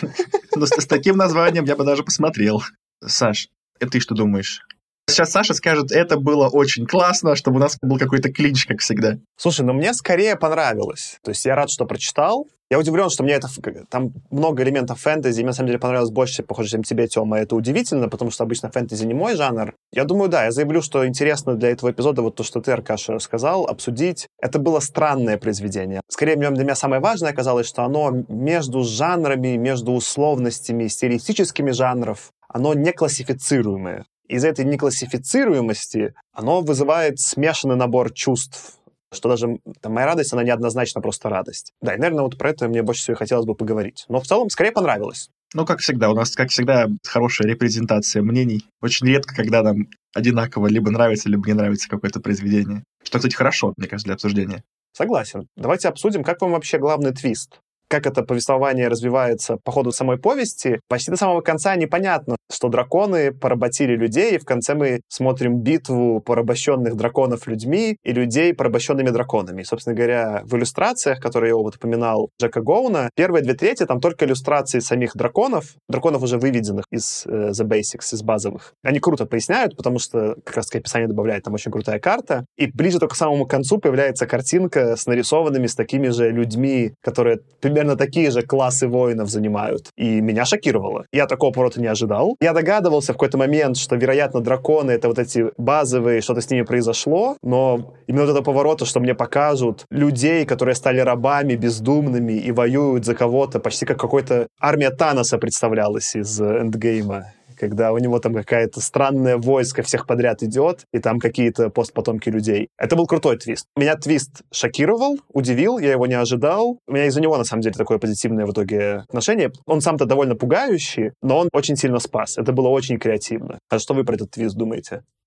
Speaker 2: Но с, с таким названием я бы даже посмотрел. Саш, а ты что думаешь? Сейчас Саша скажет, это было очень классно, чтобы у нас был какой-то клинч, как всегда.
Speaker 1: Слушай, ну мне скорее понравилось. То есть я рад, что прочитал. Я удивлен, что мне это... Там много элементов фэнтези, мне на самом деле понравилось больше, похоже, чем тебе, Тёма. Это удивительно, потому что обычно фэнтези не мой жанр. Я думаю, да, я заявлю, что интересно для этого эпизода вот то, что ты, Аркаша, рассказал, обсудить. Это было странное произведение. Скорее, для меня самое важное оказалось, что оно между жанрами, между условностями, стилистическими жанров, оно не классифицируемое. Из-за этой неклассифицируемости оно вызывает смешанный набор чувств, что даже там, моя радость, она неоднозначно просто радость. Да, и, наверное, вот про это мне больше всего и хотелось бы поговорить. Но в целом, скорее, понравилось.
Speaker 2: Ну, как всегда, у нас, как всегда, хорошая репрезентация мнений. Очень редко, когда нам одинаково либо нравится, либо не нравится какое-то произведение. Что, кстати, хорошо, мне кажется, для обсуждения.
Speaker 1: Согласен. Давайте обсудим, как вам вообще главный твист. Как это повествование развивается по ходу самой повести, почти до самого конца непонятно, что драконы поработили людей, и в конце мы смотрим битву порабощенных драконов людьми и людей порабощенными драконами. И, собственно говоря, в иллюстрациях, которые я вот упоминал, Джека Гоуна, первые две трети там только иллюстрации самих драконов, драконов уже выведенных из uh, The Basics, из базовых. Они круто поясняют, потому что как раз-таки описание добавляет там очень крутая карта. И ближе только к самому концу появляется картинка с нарисованными, с такими же людьми, которые примерно такие же классы воинов занимают. И меня шокировало. Я такого поворота не ожидал. Я догадывался в какой-то момент, что, вероятно, драконы — это вот эти базовые, что-то с ними произошло, но именно вот это поворота, что мне покажут людей, которые стали рабами, бездумными и воюют за кого-то, почти как какой-то армия Таноса представлялась из Эндгейма, когда у него там какая-то странное войско всех подряд идет, и там какие-то постпотомки людей. Это был крутой твист. Меня твист шокировал, удивил, я его не ожидал. У меня из-за него, на самом деле, такое позитивное в итоге отношение. Он сам-то довольно пугающий, но он очень сильно спас. Это было очень креативно. А что вы про этот твист думаете?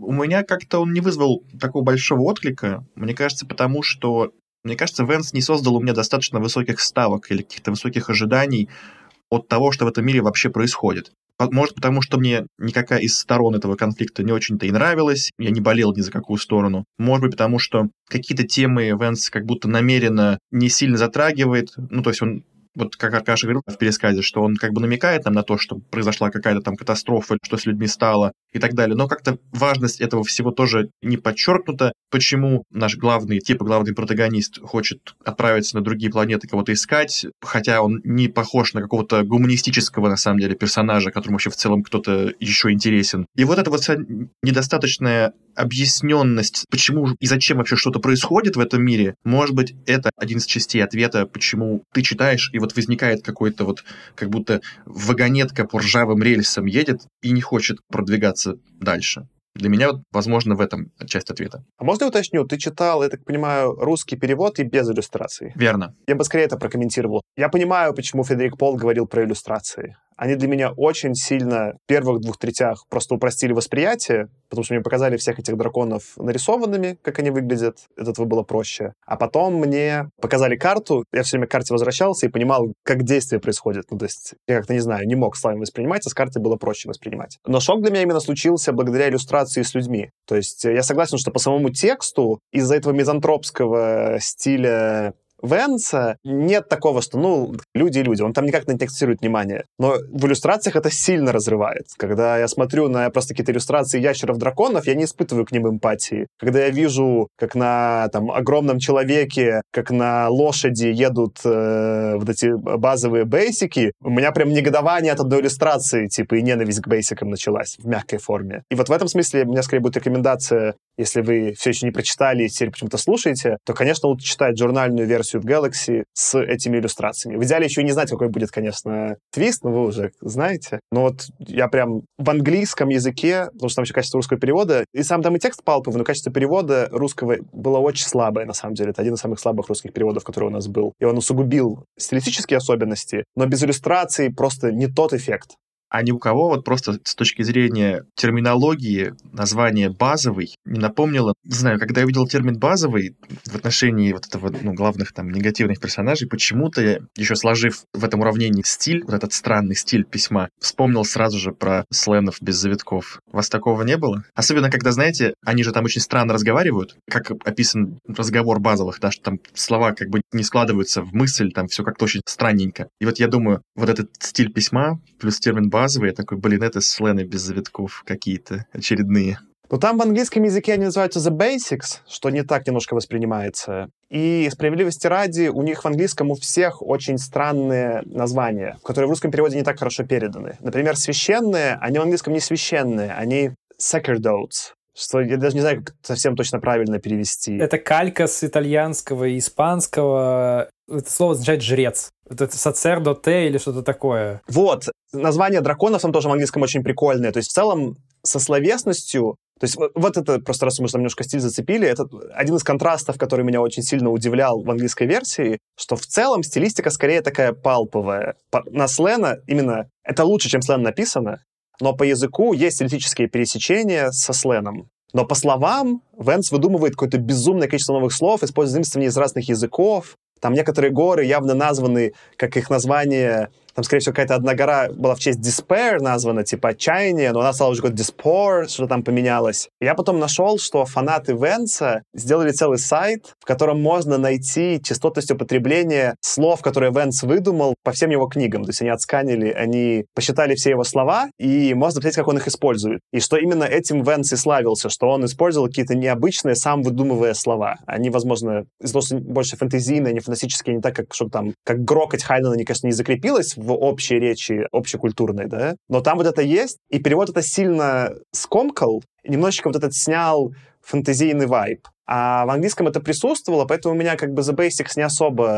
Speaker 2: У меня как-то он не вызвал такого большого отклика. Мне кажется, потому что, мне кажется, Вэнс не создал у меня достаточно высоких ставок или каких-то высоких ожиданий от того, что в этом мире вообще происходит. Может, потому что мне никакая из сторон этого конфликта не очень-то и нравилась, я не болел ни за какую сторону. Может быть, потому что какие-то темы Вэнс как будто намеренно не сильно затрагивает. Ну, то есть он, вот как Аркаша говорил в пересказе, что он как бы намекает нам на то, что произошла какая-то там катастрофа, что с людьми стало и так далее. Но как-то важность этого всего тоже не подчеркнута. Почему наш главный, типа главный протагонист хочет отправиться на другие планеты, кого-то искать, хотя он не похож на какого-то гуманистического, на самом деле, персонажа, которому вообще в целом кто-то еще интересен. И вот эта вот вся недостаточная объясненность, почему и зачем вообще что-то происходит в этом мире, может быть, это один из частей ответа, почему ты читаешь, и вот возникает какой-то вот, как будто вагонетка по ржавым рельсам едет и не хочет продвигаться дальше. Для меня, возможно, в этом часть ответа.
Speaker 1: А можно я уточню? Ты читал, я так понимаю, русский перевод и без иллюстраций?
Speaker 2: Верно.
Speaker 1: Я бы скорее это прокомментировал. Я понимаю, почему Фредерик Пол говорил про иллюстрации. Они для меня очень сильно в первых двух третях просто упростили восприятие, потому что мне показали всех этих драконов нарисованными, как они выглядят. От этого было проще. А потом мне показали карту, я все время к карте возвращался и понимал, как действие происходит. Ну, то есть я как-то, не знаю, не мог слайм воспринимать, а с карты было проще воспринимать. Но шок для меня именно случился благодаря иллюстрации с людьми. То есть я согласен, что по самому тексту из-за этого мизантропского стиля Вэнса нет такого, что, ну, люди и люди. Он там никак не акцентирует внимание. Но в иллюстрациях это сильно разрывает. Когда я смотрю на просто какие-то иллюстрации ящеров-драконов, я не испытываю к ним эмпатии. Когда я вижу, как на там, огромном человеке, как на лошади едут э, вот эти базовые бейсики, у меня прям негодование от одной иллюстрации, типа, и ненависть к бейсикам началась в мягкой форме. И вот в этом смысле у меня скорее будет рекомендация, если вы все еще не прочитали и теперь почему-то слушаете, то, конечно, лучше читать журнальную версию в Galaxy с этими иллюстрациями. В идеале еще и не знать, какой будет, конечно, твист, но вы уже знаете. Но вот я прям в английском языке, потому что там еще качество русского перевода, и сам там и текст палповый, но качество перевода русского было очень слабое, на самом деле. Это один из самых слабых русских переводов, который у нас был. И он усугубил стилистические особенности, но без иллюстраций просто не тот эффект.
Speaker 2: А ни у кого вот просто с точки зрения терминологии название «базовый» не напомнило. Не знаю, когда я видел термин «базовый» в отношении вот этого, ну, главных там негативных персонажей, почему-то я, еще сложив в этом уравнении стиль, вот этот странный стиль письма, вспомнил сразу же про сленов без завитков. У вас такого не было? Особенно, когда, знаете, они же там очень странно разговаривают, как описан разговор базовых, да, что там слова как бы не складываются в мысль, там все как-то очень странненько. И вот я думаю, вот этот стиль письма плюс термин «базовый», я такой, блин, это слены без завитков какие-то очередные.
Speaker 1: Но там в английском языке они называются the basics, что не так немножко воспринимается. И справедливости ради, у них в английском у всех очень странные названия, которые в русском переводе не так хорошо переданы. Например, священные, они в английском не священные, они sacerdotes. Что я даже не знаю, как совсем точно правильно перевести.
Speaker 3: Это калька с итальянского и испанского. Это слово означает «жрец». Это сацердоте или что-то такое.
Speaker 1: Вот. Название драконов там тоже в английском очень прикольное. То есть в целом со словесностью... То есть вот это, просто раз мы там немножко стиль зацепили, это один из контрастов, который меня очень сильно удивлял в английской версии, что в целом стилистика скорее такая палповая. На слена именно... Это лучше, чем слен написано, но по языку есть стилистические пересечения со сленом. Но по словам Вэнс выдумывает какое-то безумное количество новых слов, использует заимствования из разных языков. Там некоторые горы явно названы, как их название... Там, скорее всего, какая-то одна гора была в честь Despair названа, типа отчаяние, но она стала уже какой-то Dispor, что там поменялось. И я потом нашел, что фанаты Вэнса сделали целый сайт, в котором можно найти частотность употребления слов, которые Вэнс выдумал по всем его книгам. То есть они отсканили, они посчитали все его слова, и можно посмотреть, как он их использует. И что именно этим Вэнс и славился, что он использовал какие-то необычные, сам выдумывая слова. Они, возможно, из-за того, что больше фэнтезийные, не фантастические, не так, как что там, как грокоть Хайнена, мне кажется, не закрепилось в общей речи, общекультурной, да, но там вот это есть, и перевод это сильно скомкал, немножечко вот этот снял фэнтезийный вайб. А в английском это присутствовало, поэтому у меня как бы The Basics не особо...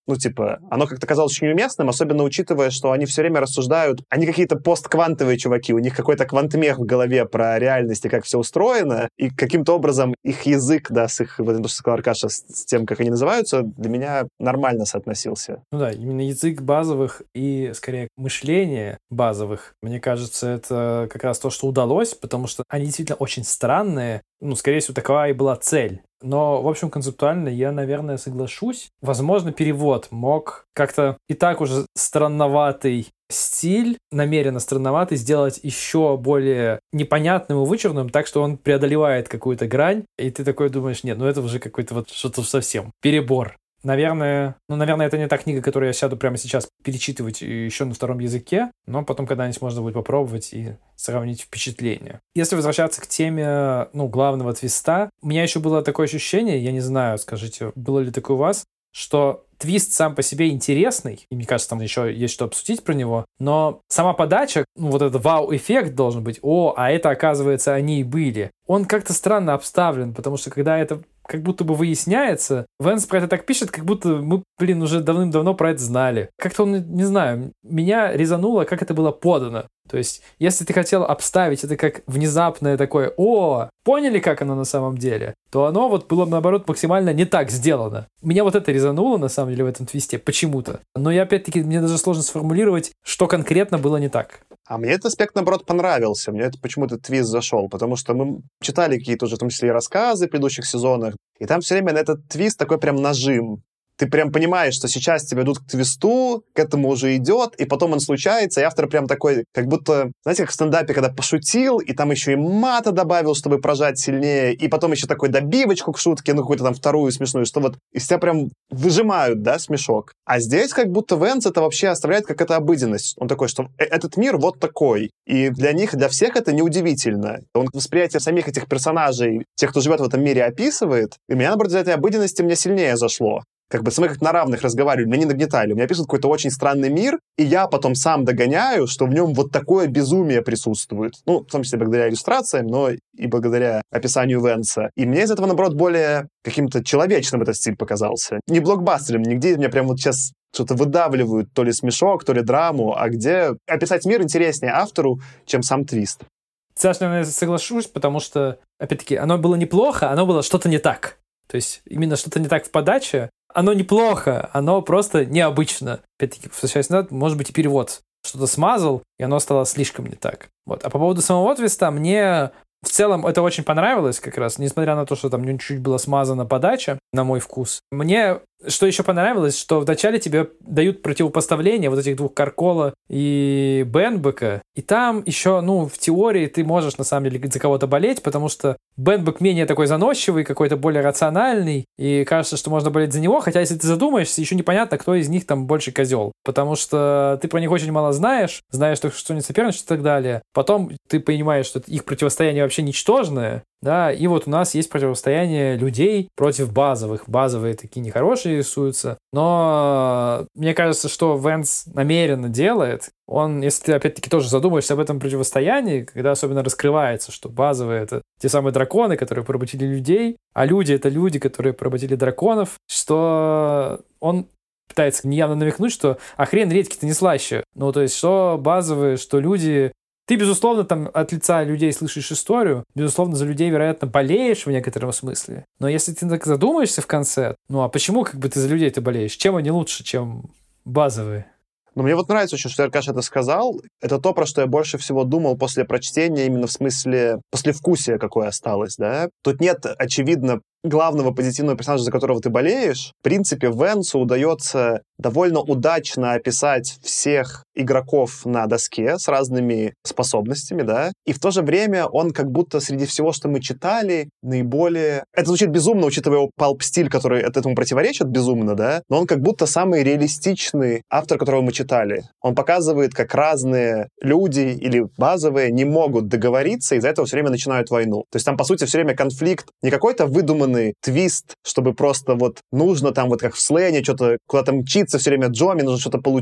Speaker 1: ну, типа, оно как-то казалось очень уместным, особенно учитывая, что они все время рассуждают, они какие-то постквантовые чуваки, у них какой-то квантмех в голове про реальность и как все устроено, и каким-то образом их язык, да, с их, вот это, что сказал Аркаша, с, с тем, как они называются, для меня нормально соотносился.
Speaker 3: Ну да, именно язык базовых и, скорее, мышление базовых, мне кажется, это как раз то, что удалось, потому что они действительно очень странные, ну, скорее всего, такова и была цель. Но, в общем, концептуально я, наверное, соглашусь. Возможно, перевод мог как-то и так уже странноватый стиль, намеренно странноватый, сделать еще более непонятным и вычурным, так что он преодолевает какую-то грань, и ты такой думаешь, нет, ну это уже какой-то вот что-то совсем перебор. Наверное, ну, наверное, это не та книга, которую я сяду прямо сейчас перечитывать еще на втором языке, но потом когда-нибудь можно будет попробовать и сравнить впечатления. Если возвращаться к теме, ну, главного твиста, у меня еще было такое ощущение, я не знаю, скажите, было ли такое у вас, что твист сам по себе интересный, и мне кажется, там еще есть что обсудить про него, но сама подача, ну, вот этот вау-эффект должен быть, о, а это, оказывается, они и были. Он как-то странно обставлен, потому что когда это как будто бы выясняется, Вэнс про это так пишет, как будто мы, блин, уже давным-давно про это знали. Как-то он, не знаю, меня резануло, как это было подано. То есть, если ты хотел обставить это как внезапное такое «О, поняли, как оно на самом деле?», то оно вот было, наоборот, максимально не так сделано. Меня вот это резануло, на самом деле, в этом твисте, почему-то. Но я, опять-таки, мне даже сложно сформулировать, что конкретно было не так.
Speaker 1: А мне этот аспект, наоборот, понравился. Мне это почему-то твист зашел, потому что мы читали какие-то уже, в том числе, и рассказы в предыдущих сезонах, и там все время на этот твист такой прям нажим. Ты прям понимаешь, что сейчас тебя идут к твисту, к этому уже идет, и потом он случается, и автор прям такой, как будто, знаете, как в стендапе, когда пошутил, и там еще и мата добавил, чтобы прожать сильнее, и потом еще такой добивочку к шутке, ну, какую-то там вторую смешную, что вот из тебя прям выжимают, да, смешок. А здесь как будто Вэнс это вообще оставляет как это обыденность. Он такой, что этот мир вот такой. И для них, для всех это неудивительно. Он восприятие самих этих персонажей, тех, кто живет в этом мире, описывает, и меня, наоборот, за этой обыденности мне сильнее зашло. Как бы мы как на равных разговаривали, меня не нагнетали. У меня пишут какой-то очень странный мир, и я потом сам догоняю, что в нем вот такое безумие присутствует. Ну, в том числе благодаря иллюстрациям, но и благодаря описанию Вэнса. И мне из этого, наоборот, более каким-то человечным этот стиль показался. Не блокбастером, нигде меня прям вот сейчас что-то выдавливают, то ли смешок, то ли драму, а где описать мир интереснее автору, чем сам твист.
Speaker 3: Саш, наверное, соглашусь, потому что, опять-таки, оно было неплохо, оно было что-то не так. То есть именно что-то не так в подаче. Оно неплохо, оно просто необычно. Опять-таки, возвращаясь назад, может быть, и перевод что-то смазал, и оно стало слишком не так. Вот. А по поводу самого твиста, мне в целом это очень понравилось как раз, несмотря на то, что там чуть-чуть была смазана подача, на мой вкус. Мне что еще понравилось, что вначале тебе дают противопоставление вот этих двух Каркола и Бенбека, и там еще, ну, в теории ты можешь на самом деле за кого-то болеть, потому что Бенбек менее такой заносчивый, какой-то более рациональный, и кажется, что можно болеть за него, хотя если ты задумаешься, еще непонятно, кто из них там больше козел, потому что ты про них очень мало знаешь, знаешь, что они соперничают и так далее. Потом ты понимаешь, что их противостояние вообще ничтожное, да, и вот у нас есть противостояние людей против базовых. Базовые такие нехорошие рисуются. Но мне кажется, что Вэнс намеренно делает. Он, если ты опять-таки тоже задумаешься об этом противостоянии, когда особенно раскрывается, что базовые — это те самые драконы, которые поработили людей, а люди — это люди, которые поработили драконов, что он пытается неявно намекнуть, что а хрен редьки-то не слаще. Ну, то есть, что базовые, что люди... Ты, безусловно, там от лица людей слышишь историю, безусловно, за людей, вероятно, болеешь в некотором смысле. Но если ты так задумаешься в конце, ну а почему как бы ты за людей-то болеешь? Чем они лучше, чем базовые?
Speaker 1: Но мне вот нравится очень, что Аркаша это сказал. Это то, про что я больше всего думал после прочтения, именно в смысле послевкусия, какое осталось, да. Тут нет, очевидно, главного позитивного персонажа, за которого ты болеешь. В принципе, Вэнсу удается довольно удачно описать всех игроков на доске с разными способностями, да, и в то же время он как будто среди всего, что мы читали, наиболее... Это звучит безумно, учитывая его палп-стиль, который этому противоречит безумно, да, но он как будто самый реалистичный автор, которого мы читали. Он показывает, как разные люди или базовые не могут договориться, и из-за этого все время начинают войну. То есть там, по сути, все время конфликт, не какой-то выдуманный твист, чтобы просто вот нужно там вот как в Слэне что-то куда-то мчиться все время Джоми, нужно что-то получить,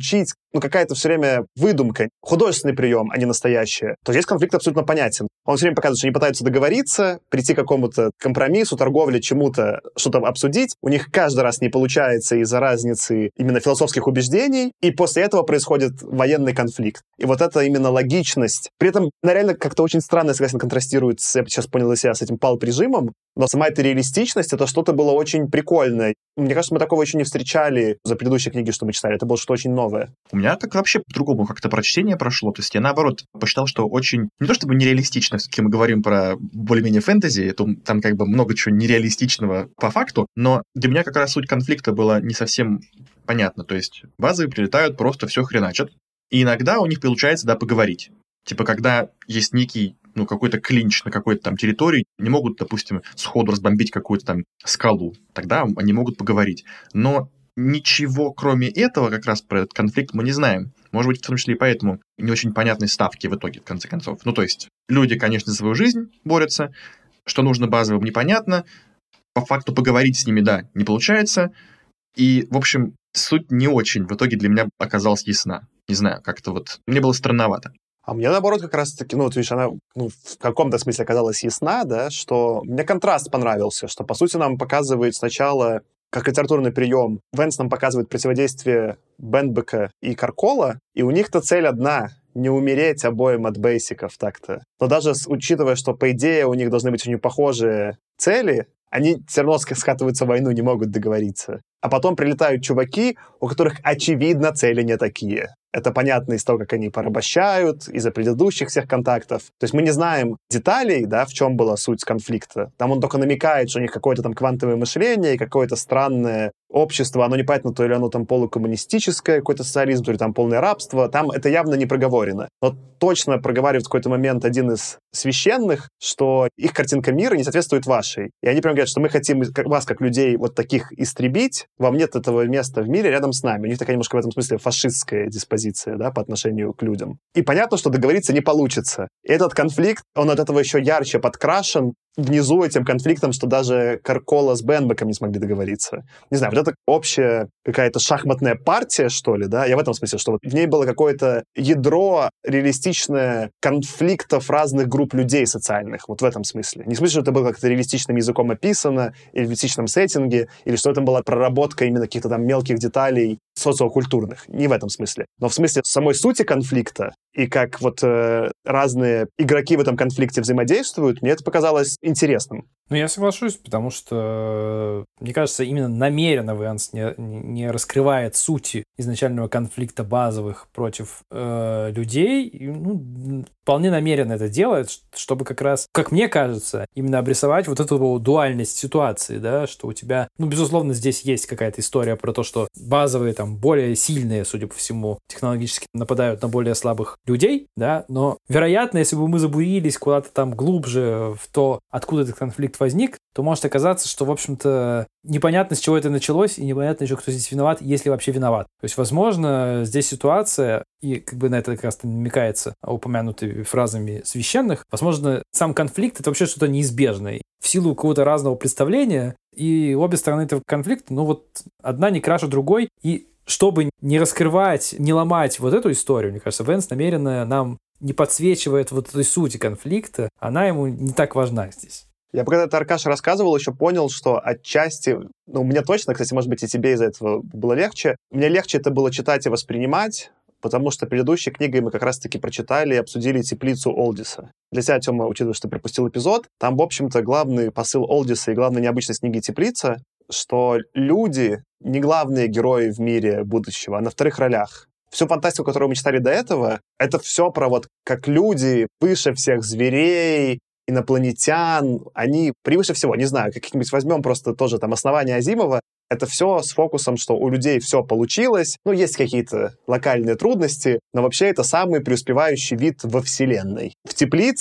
Speaker 1: ну, какая-то все время выдумка, художественный прием, а не настоящее, то здесь конфликт абсолютно понятен. Он все время показывает, что они пытаются договориться, прийти к какому-то компромиссу, торговле, чему-то, что-то обсудить. У них каждый раз не получается из-за разницы именно философских убеждений, и после этого происходит военный конфликт. И вот это именно логичность. При этом она реально как-то очень странно, согласен, контрастирует, с, я сейчас понял для себя, с этим палп-режимом, но сама эта реалистичность, это что-то было очень прикольное. Мне кажется, мы такого еще не встречали за предыдущие книги, что мы читали. Это было что-то очень новое.
Speaker 2: У меня как вообще по-другому как-то прочтение прошло. То есть я, наоборот, посчитал, что очень... Не то чтобы нереалистично, все-таки мы говорим про более-менее фэнтези, то там как бы много чего нереалистичного по факту, но для меня как раз суть конфликта была не совсем понятна. То есть базовые прилетают, просто все хреначат. И иногда у них получается, да, поговорить. Типа, когда есть некий, ну, какой-то клинч на какой-то там территории, не могут, допустим, сходу разбомбить какую-то там скалу. Тогда они могут поговорить. Но ничего, кроме этого, как раз про этот конфликт мы не знаем. Может быть, в том числе и поэтому не очень понятные ставки в итоге, в конце концов. Ну, то есть, люди, конечно, за свою жизнь борются, что нужно базовым, непонятно. По факту поговорить с ними, да, не получается. И, в общем, суть не очень в итоге для меня оказалась ясна. Не знаю, как-то вот... Мне было странновато.
Speaker 1: А мне, наоборот, как раз-таки, ну, вот видишь, она ну, в каком-то смысле оказалась ясна, да, что мне контраст понравился, что, по сути, нам показывает сначала, как литературный прием, Венс нам показывает противодействие Бенбека и Каркола, и у них-то цель одна — не умереть обоим от бейсиков так-то. Но даже учитывая, что, по идее, у них должны быть очень похожие цели, они все равно скатываются в войну, не могут договориться. А потом прилетают чуваки, у которых, очевидно, цели не такие. Это понятно из того, как они порабощают, из-за предыдущих всех контактов. То есть мы не знаем деталей, да, в чем была суть конфликта. Там он только намекает, что у них какое-то там квантовое мышление и какое-то странное общество. Оно непонятно, то ли оно там полукоммунистическое, какой-то социализм, то ли там полное рабство. Там это явно не проговорено. Но точно проговаривает в какой-то момент один из священных, что их картинка мира не соответствует вашей. И они прям говорят, что мы хотим вас, как людей, вот таких истребить. Вам нет этого места в мире рядом с нами. У них такая немножко в этом смысле фашистская диспозиция, да, по отношению к людям. И понятно, что договориться не получится. И этот конфликт, он от этого еще ярче подкрашен внизу этим конфликтом, что даже Каркола с Бенбеком не смогли договориться. Не знаю, вот это общая какая-то шахматная партия, что ли, да? Я в этом смысле, что вот в ней было какое-то ядро реалистичное конфликтов разных групп людей социальных. Вот в этом смысле. Не в смысле, что это было как-то реалистичным языком описано, или в реалистичном сеттинге, или что это была проработка именно каких-то там мелких деталей социокультурных. Не в этом смысле. Но в смысле самой сути конфликта и как вот э, разные игроки в этом конфликте взаимодействуют, мне это показалось интересным.
Speaker 3: Ну, я соглашусь, потому что, мне кажется, именно намеренно Венс не, не раскрывает сути изначального конфликта базовых против э, людей. И, ну, вполне намеренно это делает, чтобы как раз, как мне кажется, именно обрисовать вот эту дуальность ситуации, да, что у тебя, ну, безусловно, здесь есть какая-то история про то, что базовые, там, более сильные, судя по всему, технологически нападают на более слабых людей, да, но, вероятно, если бы мы забурились куда-то там глубже в то, откуда этот конфликт возник, то может оказаться, что, в общем-то, непонятно, с чего это началось, и непонятно еще, кто здесь виноват, если вообще виноват. То есть, возможно, здесь ситуация, и как бы на это как раз намекается, упомянутыми фразами священных, возможно, сам конфликт — это вообще что-то неизбежное. В силу какого-то разного представления, и обе стороны этого конфликта, ну вот, одна не краше другой, и чтобы не раскрывать, не ломать вот эту историю, мне кажется, Венс намеренно нам не подсвечивает вот этой сути конфликта, она ему не так важна здесь.
Speaker 1: Я когда это Аркаша рассказывал, еще понял, что отчасти, ну, мне точно, кстати, может быть, и тебе из-за этого было легче, мне легче это было читать и воспринимать, потому что предыдущей книгой мы как раз-таки прочитали и обсудили «Теплицу Олдиса». Для себя, Тёма, учитывая, что ты пропустил эпизод, там, в общем-то, главный посыл Олдиса и главная необычность книги «Теплица», что люди не главные герои в мире будущего, а на вторых ролях. Всю фантастику, которую мы читали до этого, это все про вот как люди выше всех зверей, инопланетян, они превыше всего, не знаю, каких-нибудь возьмем просто тоже там основания Азимова, это все с фокусом, что у людей все получилось, ну, есть какие-то локальные трудности, но вообще это самый преуспевающий вид во Вселенной. В «Теплице»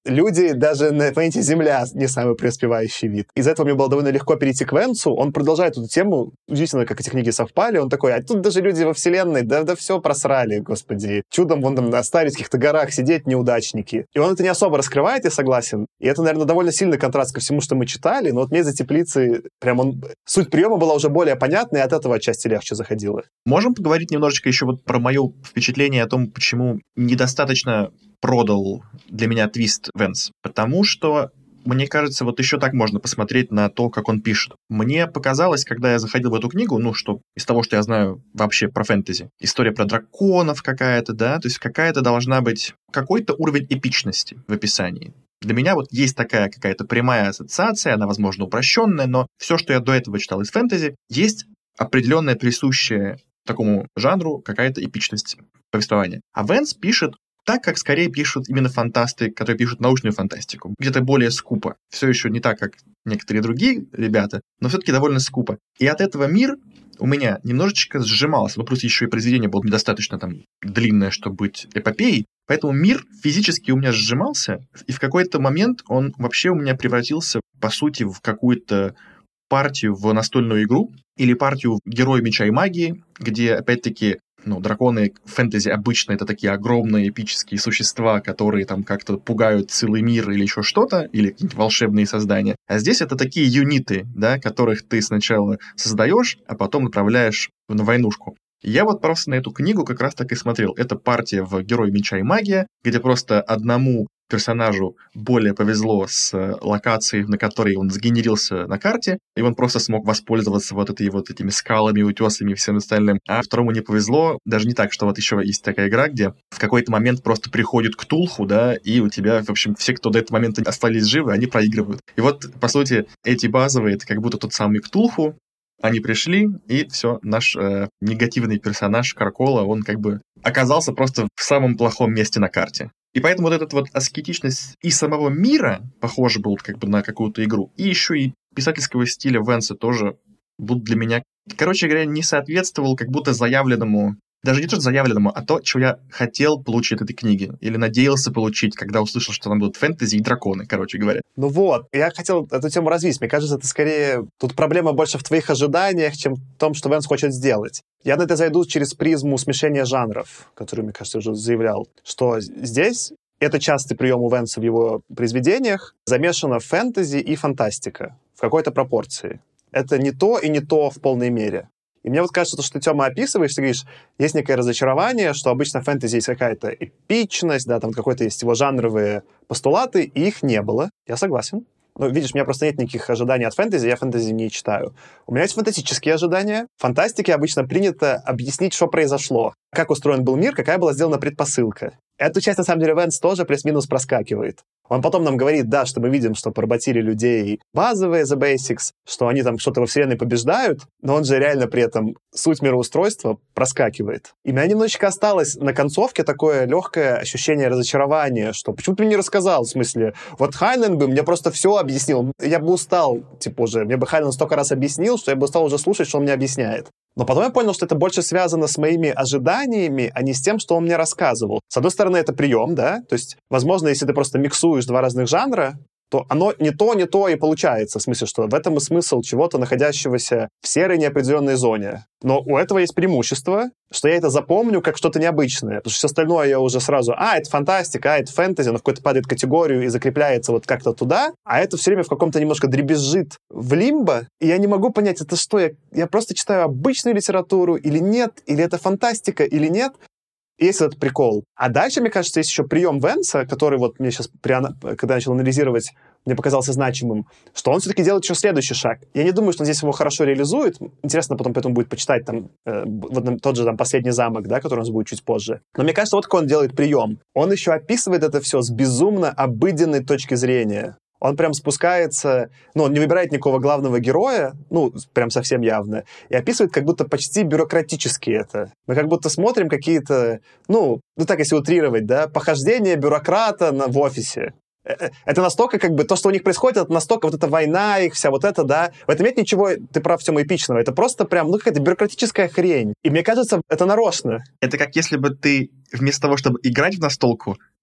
Speaker 1: люди даже на планете Земля не самый преуспевающий вид. Из-за этого мне было довольно легко перейти к Венсу. Он продолжает эту тему. Удивительно, как эти книги совпали. Он такой, а тут даже люди во Вселенной, да, да все просрали, господи. Чудом вон там остались в каких-то горах сидеть неудачники. И он это не особо раскрывает, я согласен. И это, наверное, довольно сильный контраст ко всему, что мы читали. Но вот мне из-за теплицы прям он... Суть приема была уже более понятна, и от этого отчасти легче заходила.
Speaker 2: Можем поговорить немножечко еще вот про мое впечатление о том, почему недостаточно продал для меня твист Венс. Потому что, мне кажется, вот еще так можно посмотреть на то, как он пишет. Мне показалось, когда я заходил в эту книгу, ну, что из того, что я знаю вообще про фэнтези, история про драконов какая-то, да, то есть какая-то должна быть какой-то уровень эпичности в описании. Для меня вот есть такая какая-то прямая ассоциация, она, возможно, упрощенная, но все, что я до этого читал из фэнтези, есть определенная присущая такому жанру какая-то эпичность повествования. А Венс пишет так, как скорее пишут именно фантасты, которые пишут научную фантастику. Где-то более скупо. Все еще не так, как некоторые другие ребята, но все-таки довольно скупо. И от этого мир у меня немножечко сжимался. Ну, плюс еще и произведение было недостаточно там длинное, чтобы быть эпопеей. Поэтому мир физически у меня сжимался, и в какой-то момент он вообще у меня превратился, по сути, в какую-то партию в настольную игру или партию Героя Меча и Магии, где, опять-таки, ну, драконы в фэнтези обычно это такие огромные эпические существа, которые там как-то пугают целый мир или еще что-то, или какие-нибудь волшебные создания. А здесь это такие юниты, да, которых ты сначала создаешь, а потом направляешь на войнушку. Я вот просто на эту книгу как раз так и смотрел. Это партия в «Герой Меча и Магия», где просто одному персонажу более повезло с локацией, на которой он сгенерился на карте, и он просто смог воспользоваться вот, этой, вот этими скалами, утесами и всем остальным. А второму не повезло, даже не так, что вот еще есть такая игра, где в какой-то момент просто приходит Ктулху, да, и у тебя, в общем, все, кто до этого момента остались живы, они проигрывают. И вот, по сути, эти базовые, это как будто тот самый Ктулху, они пришли, и все, наш э, негативный персонаж Каркола, он как бы оказался просто в самом плохом месте на карте. И поэтому вот эта вот аскетичность и самого мира, похоже, был как бы на какую-то игру, и еще и писательского стиля Венса тоже будут для меня, короче говоря, не соответствовал как будто заявленному, даже не то, что заявленному, а то, чего я хотел получить от этой книги, или надеялся получить, когда услышал, что там будут фэнтези и драконы, короче говоря.
Speaker 1: Ну вот, я хотел эту тему развить. Мне кажется, это скорее... Тут проблема больше в твоих ожиданиях, чем в том, что Венс хочет сделать. Я на это зайду через призму смешения жанров, который, мне кажется, уже заявлял, что здесь... Это частый прием у Венса в его произведениях. Замешано фэнтези и фантастика в какой-то пропорции. Это не то и не то в полной мере. И мне вот кажется, что ты, Тёма, описываешь, ты говоришь, есть некое разочарование, что обычно в фэнтези есть какая-то эпичность, да, там какой-то есть его жанровые постулаты, и их не было. Я согласен. Ну, видишь, у меня просто нет никаких ожиданий от фэнтези, я фэнтези не читаю. У меня есть фантастические ожидания. В фантастике обычно принято объяснить, что произошло, как устроен был мир, какая была сделана предпосылка. Эту часть, на самом деле, Венс тоже плюс-минус проскакивает. Он потом нам говорит, да, что мы видим, что поработили людей базовые, the basics, что они там что-то во вселенной побеждают, но он же реально при этом суть мироустройства проскакивает. И у меня немножечко осталось на концовке такое легкое ощущение разочарования, что почему ты мне не рассказал, в смысле, вот Хайнлайн бы мне просто все объяснил, я бы устал, типа уже, мне бы Хайнлайн столько раз объяснил, что я бы устал уже слушать, что он мне объясняет. Но потом я понял, что это больше связано с моими ожиданиями, а не с тем, что он мне рассказывал. С одной стороны, это прием, да, то есть, возможно, если ты просто миксуешь два разных жанра, то оно не то, не то и получается. В смысле, что в этом и смысл чего-то, находящегося в серой неопределенной зоне. Но у этого есть преимущество, что я это запомню как что-то необычное. Потому что все остальное я уже сразу, а, это фантастика, а, это фэнтези, оно в какую-то падает категорию и закрепляется вот как-то туда, а это все время в каком-то немножко дребезжит в лимбо, и я не могу понять, это что, я, я просто читаю обычную литературу или нет, или это фантастика или нет. Есть этот прикол. А дальше, мне кажется, есть еще прием Венса, который вот мне сейчас, когда я начал анализировать, мне показался значимым, что он все-таки делает еще следующий шаг. Я не думаю, что он здесь его хорошо реализует. Интересно потом поэтому будет почитать там э, вот тот же там «Последний замок», да, который у нас будет чуть позже. Но мне кажется, вот какой он делает прием. Он еще описывает это все с безумно обыденной точки зрения. Он прям спускается, ну, он не выбирает никакого главного героя, ну, прям совсем явно, и описывает как будто почти бюрократически это. Мы как будто смотрим какие-то, ну, ну так если утрировать, да, похождения бюрократа на, в офисе. Это настолько, как бы, то, что у них происходит, это настолько вот эта война их, вся вот это, да. В этом нет ничего, ты прав, Тёма, эпичного. Это просто прям, ну, какая-то бюрократическая хрень. И мне кажется, это нарочно.
Speaker 2: Это как если бы ты вместо того, чтобы играть в настолку,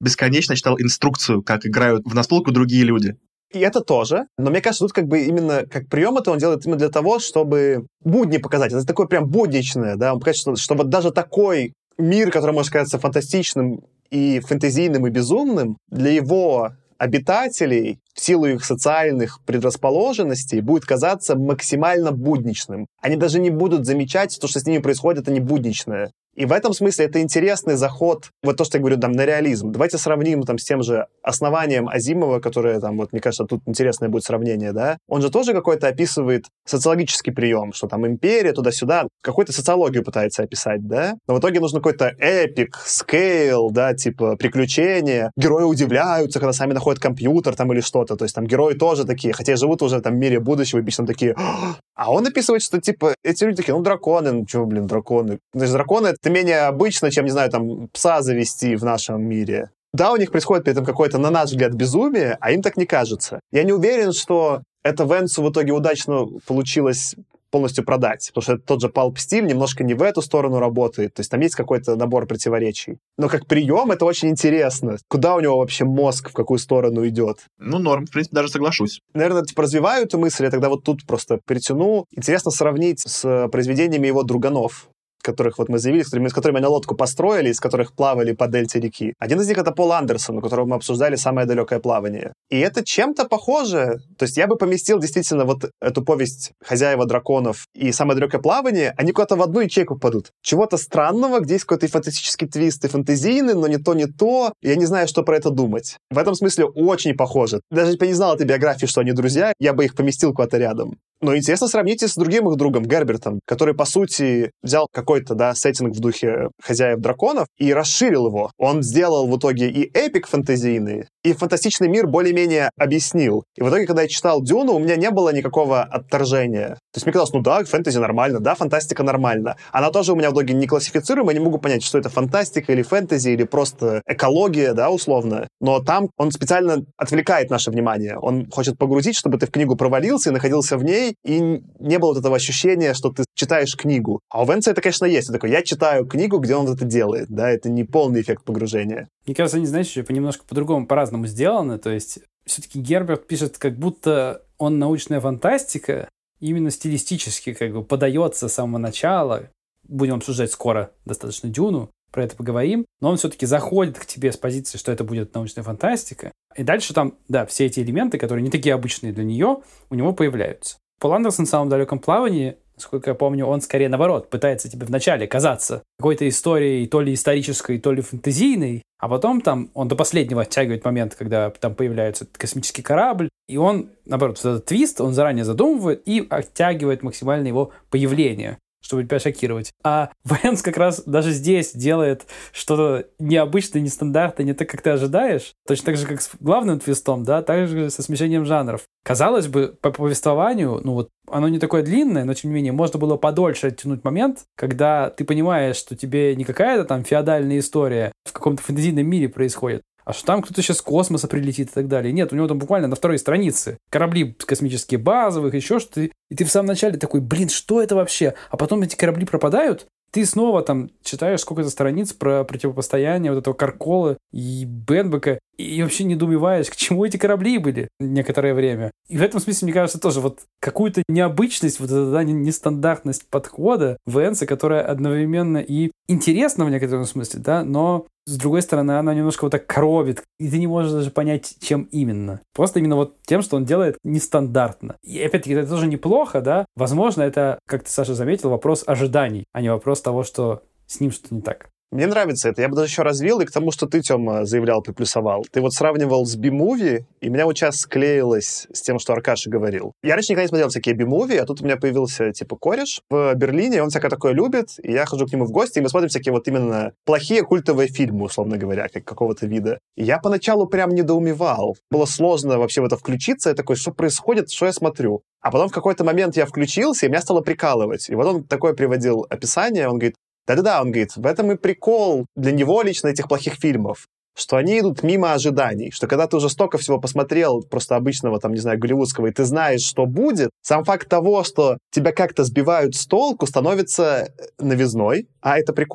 Speaker 2: бесконечно читал инструкцию, как играют в настолку другие люди.
Speaker 1: И это тоже. Но мне кажется, тут как бы именно как прием это он делает именно для того, чтобы будни показать. Это такое прям будничное, да. Он показывает, что, что вот даже такой мир, который может казаться фантастичным и фэнтезийным и безумным, для его обитателей в силу их социальных предрасположенностей будет казаться максимально будничным. Они даже не будут замечать то, что с ними происходит, это не будничное. И в этом смысле это интересный заход, вот то, что я говорю, там, на реализм. Давайте сравним там с тем же основанием Азимова, которое там, вот, мне кажется, тут интересное будет сравнение, да. Он же тоже какой-то описывает социологический прием, что там империя, туда-сюда, какую-то социологию пытается описать, да. Но в итоге нужно какой-то эпик, скейл, да, типа приключения. Герои удивляются, когда сами находят компьютер там или что-то. То есть там герои тоже такие, хотя живут уже там в мире будущего, и обычно такие... А он описывает, что, типа, эти люди такие, ну, драконы, ну, чего, блин, драконы. Значит, драконы — это менее обычно, чем, не знаю, там, пса завести в нашем мире. Да, у них происходит при этом какое-то, на наш взгляд, безумие, а им так не кажется. Я не уверен, что это Венцу в итоге удачно получилось полностью продать, потому что это тот же палп-стиль, немножко не в эту сторону работает, то есть там есть какой-то набор противоречий. Но как прием это очень интересно. Куда у него вообще мозг, в какую сторону идет?
Speaker 2: Ну, норм, в принципе, даже соглашусь.
Speaker 1: Наверное, типа развиваю эту мысль, я тогда вот тут просто перетяну. Интересно сравнить с произведениями его друганов, которых вот мы заявили, с которыми, с которыми на лодку построили, из которых плавали по дельте реки. Один из них — это Пол Андерсон, у которого мы обсуждали «Самое далекое плавание». И это чем-то похоже. То есть я бы поместил действительно вот эту повесть «Хозяева драконов» и «Самое далекое плавание», они куда-то в одну ячейку падут. Чего-то странного, где есть какой-то и фантастический твист, и фэнтезийный, но не то, не то. Я не знаю, что про это думать. В этом смысле очень похоже. Даже если бы я не знал этой биографии, что они друзья, я бы их поместил куда-то рядом. Но интересно сравнить с другим их другом, Гербертом, который, по сути, взял какой-то, да, сеттинг в духе «Хозяев драконов» и расширил его. Он сделал в итоге и эпик фэнтезийный, и фантастичный мир более-менее объяснил. И в итоге, когда я читал «Дюну», у меня не было никакого отторжения. То есть мне казалось, ну да, фэнтези нормально, да, фантастика нормально. Она тоже у меня в итоге не классифицируема, я не могу понять, что это фантастика или фэнтези, или просто экология, да, условно. Но там он специально отвлекает наше внимание. Он хочет погрузить, чтобы ты в книгу провалился и находился в ней, и не было вот этого ощущения, что ты читаешь книгу. А у Венца это, конечно, есть. Он такой, я читаю книгу, где он это делает, да, это не полный эффект погружения.
Speaker 3: Мне кажется, они, знаешь, еще немножко по-другому, по-разному сделаны. То есть все-таки Герберт пишет, как будто он научная фантастика, именно стилистически как бы подается с самого начала. Будем обсуждать скоро достаточно Дюну, про это поговорим. Но он все-таки заходит к тебе с позиции, что это будет научная фантастика. И дальше там, да, все эти элементы, которые не такие обычные для нее, у него появляются. Пол Андерсон в «Самом далеком плавании», насколько я помню, он скорее наоборот пытается тебе вначале казаться какой-то историей то ли исторической, то ли фэнтезийной, а потом там он до последнего оттягивает момент, когда там появляется космический корабль, и он, наоборот, вот этот твист, он заранее задумывает и оттягивает максимально его появление, чтобы тебя шокировать. А Венц как раз даже здесь делает что-то необычное, нестандартное, не так, как ты ожидаешь. Точно так же, как с главным твистом, да, так же со смешением жанров. Казалось бы, по повествованию, ну вот, оно не такое длинное, но, тем не менее, можно было подольше оттянуть момент, когда ты понимаешь, что тебе не какая-то там феодальная история в каком-то фэнтезийном мире происходит, а что там кто-то сейчас с космоса прилетит и так далее. Нет, у него там буквально на второй странице корабли космические базовых, еще что-то. И ты в самом начале такой, блин, что это вообще? А потом эти корабли пропадают, ты снова там читаешь сколько-то страниц про противопостояние вот этого Каркола и Бенбека, и вообще недоумеваешь, к чему эти корабли были некоторое время. И в этом смысле, мне кажется, тоже вот какую-то необычность, вот эта, да, нестандартность подхода Венца, которая одновременно и интересна в некотором смысле, да, но с другой стороны, она немножко вот так коробит, и ты не можешь даже понять, чем именно. Просто именно вот тем, что он делает нестандартно. И опять-таки, это тоже неплохо, да. Возможно, это, как ты, Саша, заметил, вопрос ожиданий, а не вопрос того, что с ним что-то не так.
Speaker 1: Мне нравится это. Я бы даже еще развил, и к тому, что ты, Тёма, заявлял, приплюсовал. Ты вот сравнивал с би-муви, и меня вот сейчас склеилось с тем, что Аркаша говорил. Я раньше никогда не смотрел всякие би-муви, а тут у меня появился, типа, кореш в Берлине, он всякое такое любит, и я хожу к нему в гости, и мы смотрим всякие вот именно плохие культовые фильмы, условно говоря, как какого-то вида. И я поначалу прям недоумевал. Было сложно вообще в это включиться. Я такой, что происходит, что я смотрю? А потом в какой-то момент я включился, и меня стало прикалывать. И вот он такое приводил описание, он говорит, да-да-да, он говорит, в этом и прикол для него лично этих плохих фильмов, что они идут мимо ожиданий, что когда ты уже столько всего посмотрел, просто обычного, там, не знаю, голливудского, и ты знаешь, что будет, сам факт того, что тебя как-то сбивают с толку, становится новизной, а это прикольно.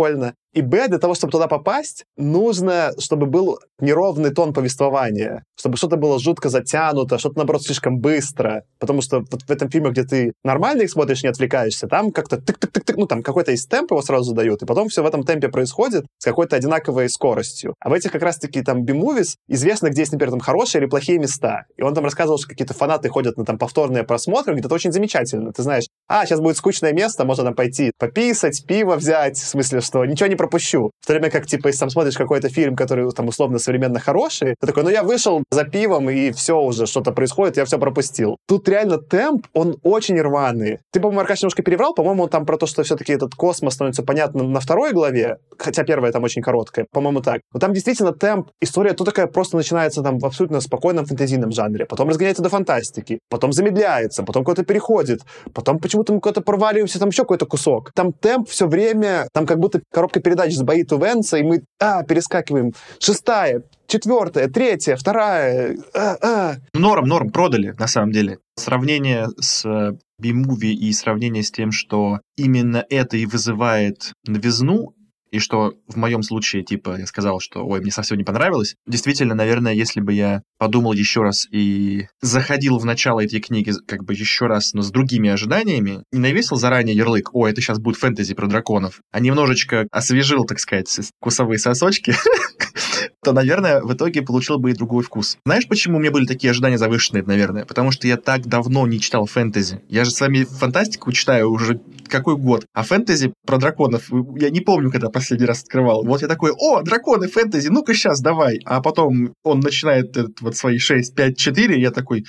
Speaker 1: И, б, для того, чтобы туда попасть, нужно, чтобы был неровный тон повествования, чтобы что-то было жутко затянуто, что-то, наоборот, слишком быстро. Потому что вот в этом фильме, где ты нормально их смотришь, не отвлекаешься, там как-то тык-тык-тык-тык, ну, там какой-то есть темп, его сразу задают, и потом все в этом темпе происходит с какой-то одинаковой скоростью. А в этих как раз-таки там би-мувис известно, где есть, например, там хорошие или плохие места. И он там рассказывал, что какие-то фанаты ходят на там повторные просмотры, где это очень замечательно. Ты знаешь, а, сейчас будет скучное место, можно там пойти пописать, пиво взять, в смысле, что ничего не пропущу. В то время как, типа, если там смотришь какой-то фильм, который там условно современно хороший, ты такой, ну я вышел за пивом, и все уже, что-то происходит, я все пропустил. Тут реально темп, он очень рваный. Ты, по-моему, Аркаш, немножко переврал, по-моему, там про то, что все-таки этот космос становится понятно на второй главе, хотя первая там очень короткая, по-моему, так. Но там действительно темп, история тут такая просто начинается там в абсолютно спокойном фэнтезийном жанре, потом разгоняется до фантастики, потом замедляется, потом куда-то переходит, потом почему-то мы куда-то проваливаемся, там еще какой-то кусок. Там темп все время, там как будто коробка передач сбоит у Венса, и мы, а, перескакиваем. Шестая, четвертая, третья, вторая, а, а.
Speaker 2: Норм, норм, продали, на самом деле. Сравнение с би-муви и сравнение с тем, что именно это и вызывает новизну, и что в моем случае, типа, я сказал, что, ой, мне совсем не понравилось. Действительно, наверное, если бы я подумал еще раз и заходил в начало этой книги как бы еще раз, но с другими ожиданиями, не навесил заранее ярлык, ой, это сейчас будет фэнтези про драконов, а немножечко освежил, так сказать, вкусовые сосочки, то, наверное, в итоге получил бы и другой вкус. Знаешь, почему у меня были такие ожидания завышенные, наверное? Потому что я так давно не читал фэнтези. Я же с вами фантастику читаю уже какой год. А фэнтези про драконов я не помню, когда последний раз открывал. Вот я такой, о, драконы, фэнтези, ну-ка сейчас, давай. А потом он начинает этот, вот свои шесть, пять, четыре, и я такой,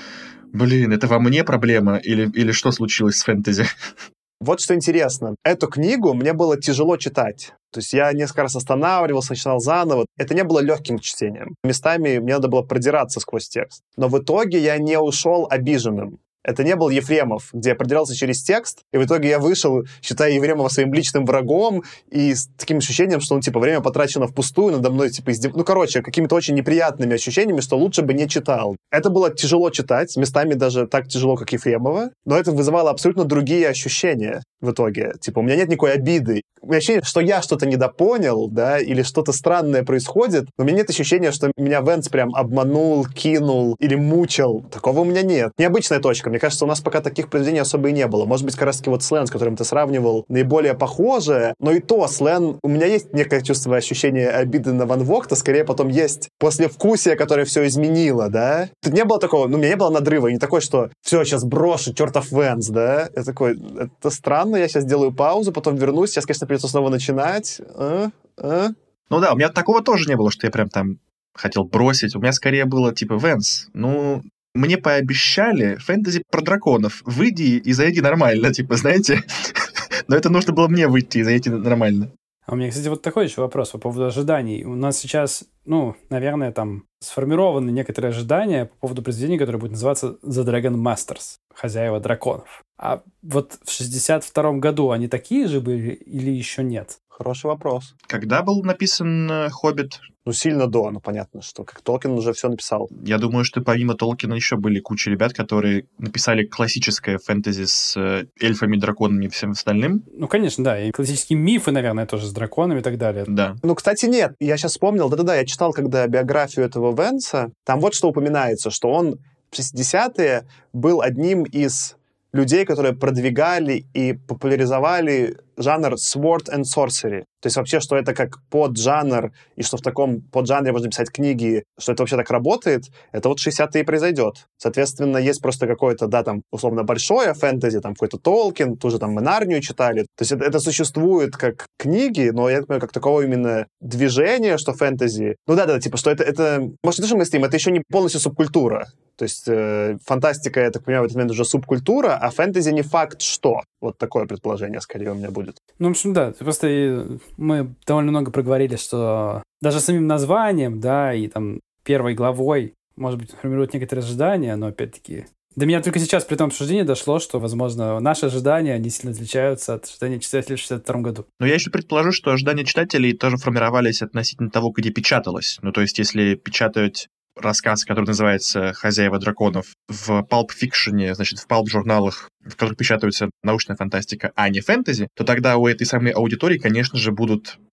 Speaker 2: блин, это во мне проблема? Или, или что случилось с фэнтези?
Speaker 1: Вот что интересно. Эту книгу мне было тяжело читать. То есть я несколько раз останавливался, начинал заново. Это не было легким чтением. Местами мне надо было продираться сквозь текст. Но в итоге я не ушел обиженным. Это не был Ефремов, где я продирался через текст, и в итоге я вышел, считая Ефремова своим личным врагом, и с таким ощущением, что, ну, типа, время потрачено впустую, надо мной, типа, издев... ну, короче, какими-то очень неприятными ощущениями, что лучше бы не читал. Это было тяжело читать, местами даже так тяжело, как Ефремова, но это вызывало абсолютно другие ощущения в итоге. Типа, у меня нет никакой обиды. У меня ощущение, что я что-то недопонял, да, или что-то странное происходит, но у меня нет ощущения, что меня Венс прям обманул, кинул или мучил. Такого у меня нет. Необычная точка. Мне кажется, у нас пока таких произведений особо и не было. Может быть, как раз-таки вот Слэн, с которым ты сравнивал, наиболее похоже, но и то Слэн... У меня есть некое чувство ощущения обиды на Ван Вогта, скорее потом есть послевкусие, которое все изменило, да? Тут не было такого, ну, у меня не было надрыва, не такой, что все, сейчас брошу, чертов Венс, да? Я такой, это странно, я сейчас сделаю паузу, потом вернусь, сейчас, конечно, придется снова начинать. А? А?
Speaker 2: Ну да, у меня такого тоже не было, что я прям там хотел бросить. У меня скорее было типа, Венс, ну... Мне пообещали фэнтези про драконов. Выйди и зайди нормально, типа, знаете? Но это нужно было мне выйти и зайти нормально.
Speaker 3: А у меня, кстати, вот такой еще вопрос по поводу ожиданий. У нас сейчас, ну, наверное, там сформированы некоторые ожидания по поводу произведения, которое будет называться The Dragon Masters, хозяева драконов. А вот в шестьдесят втором году они такие же были или еще нет?
Speaker 1: Хороший вопрос.
Speaker 2: Когда был написан «Хоббит»?
Speaker 1: Ну, сильно до, ну, понятно, что как Толкин уже все написал.
Speaker 2: Я думаю, что помимо Толкина еще были куча ребят, которые написали классическое фэнтези с эльфами, драконами и всем остальным.
Speaker 3: Ну, конечно, да. И классические мифы, наверное, тоже с драконами и так далее.
Speaker 2: Да.
Speaker 1: Ну, кстати, нет. Я сейчас вспомнил, да-да-да, я читал, когда биографию этого Венса, там вот что упоминается, что он в шестидесятые был одним из людей, которые продвигали и популяризовали жанр sword and sorcery. То есть вообще, что это как поджанр, и что в таком поджанре можно писать книги, что это вообще так работает, это вот в шестидесятые и произойдет. Соответственно, есть просто какое-то, да, там, условно, большое фэнтези, там, какой-то Толкин, тоже там мы Нарнию читали. То есть это, это существует как книги, но я думаю, как такого именно движения, что фэнтези. Ну да-да, типа, что это, это может, не то, что мы с ним, это еще не полностью субкультура. То есть э, фантастика, я так понимаю, в этот момент уже субкультура, а фэнтези не факт что. Вот такое предположение скорее у меня будет.
Speaker 3: Ну, в общем, да, просто мы довольно много проговорили, что даже самим названием, да, и там первой главой, может быть, формируют некоторые ожидания, но опять-таки... До меня только сейчас при том обсуждении дошло, что, возможно, наши ожидания, они сильно отличаются от ожиданий читателей в шестьдесят втором году.
Speaker 2: Но я еще предположу, что ожидания читателей тоже формировались относительно того, где печаталось. Ну, то есть, если печатать рассказ, который называется «Хозяева драконов» в палп-фикшене, значит, в палп-журналах, в которых печатаются научная фантастика, а не фэнтези, то тогда у этой самой аудитории, конечно же, будут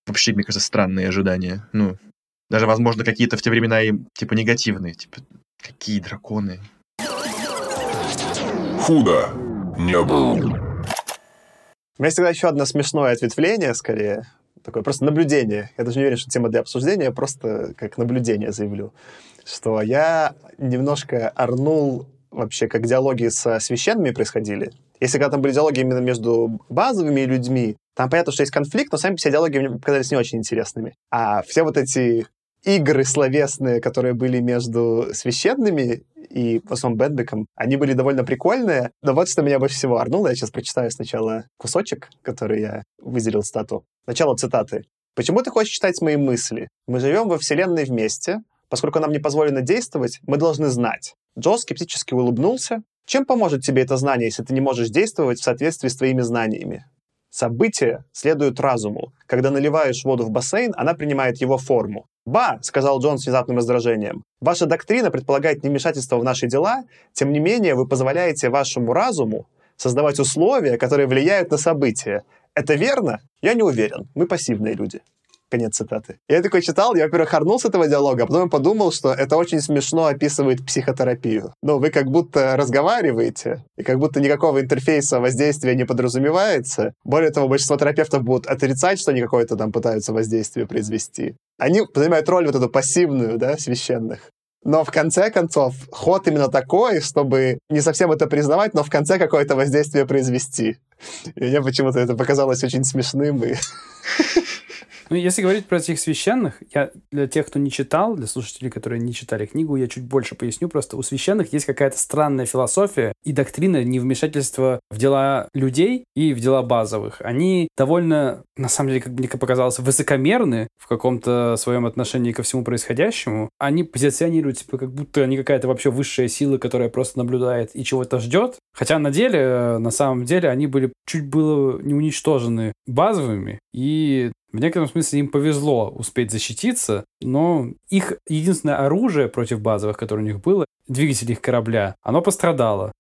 Speaker 2: вообще, мне кажется, странные ожидания. Ну, даже, возможно, какие-то в те времена и, типа, негативные. Типа, какие драконы?
Speaker 4: Худо не было.
Speaker 1: У меня всегда еще одно смешное ответвление, скорее. Такое просто наблюдение. Я даже не уверен, что тема для обсуждения, я просто как наблюдение заявлю. Что я немножко орнул вообще, как диалоги со священными происходили. Если когда там были диалоги именно между базовыми людьми, там понятно, что есть конфликт, но сами все диалоги мне показались не очень интересными. А все вот эти игры словесные, которые были между священными и, в основном, Бенбеком, они были довольно прикольные. Но вот что меня больше всего орнуло. Я сейчас прочитаю сначала кусочек, который я выделил стату. Начало цитаты. «Почему ты хочешь читать мои мысли? Мы живем во Вселенной вместе. Поскольку нам не позволено действовать, мы должны знать». Джо скептически улыбнулся. «Чем поможет тебе это знание, если ты не можешь действовать в соответствии с твоими знаниями? События следуют разуму. Когда наливаешь воду в бассейн, она принимает его форму. «Ба!» — сказал Джон с внезапным раздражением. «Ваша доктрина предполагает невмешательство в наши дела, тем не менее вы позволяете вашему разуму создавать условия, которые влияют на события. Это верно? Я не уверен. Мы пассивные люди». Конец цитаты. Я такой читал, я, во-первых, орнул с этого диалога, а потом я подумал, что это очень смешно описывает психотерапию. Но вы как будто разговариваете, и как будто никакого интерфейса воздействия не подразумевается. Более того, большинство терапевтов будут отрицать, что они какое-то там пытаются воздействие произвести. Они занимают роль вот эту пассивную, да, священных. Но в конце концов, ход именно такой, чтобы не совсем это признавать, но в конце какое-то воздействие произвести. И мне почему-то это показалось очень смешным и...
Speaker 3: Ну, если говорить про этих священных, я для тех, кто не читал, для слушателей, которые не читали книгу, я чуть больше поясню. Просто у священных есть какая-то странная философия и доктрина невмешательства в дела людей и в дела базовых. Они довольно, на самом деле, как мне показалось, высокомерны в каком-то своем отношении ко всему происходящему. Они позиционируют, типа, как будто они какая-то вообще высшая сила, которая просто наблюдает и чего-то ждет. Хотя на деле, на самом деле, они были чуть было не уничтожены базовыми, и в некотором смысле им повезло успеть защититься, но их единственное оружие против базовых, которое у них было, двигатель их корабля, оно пострадало.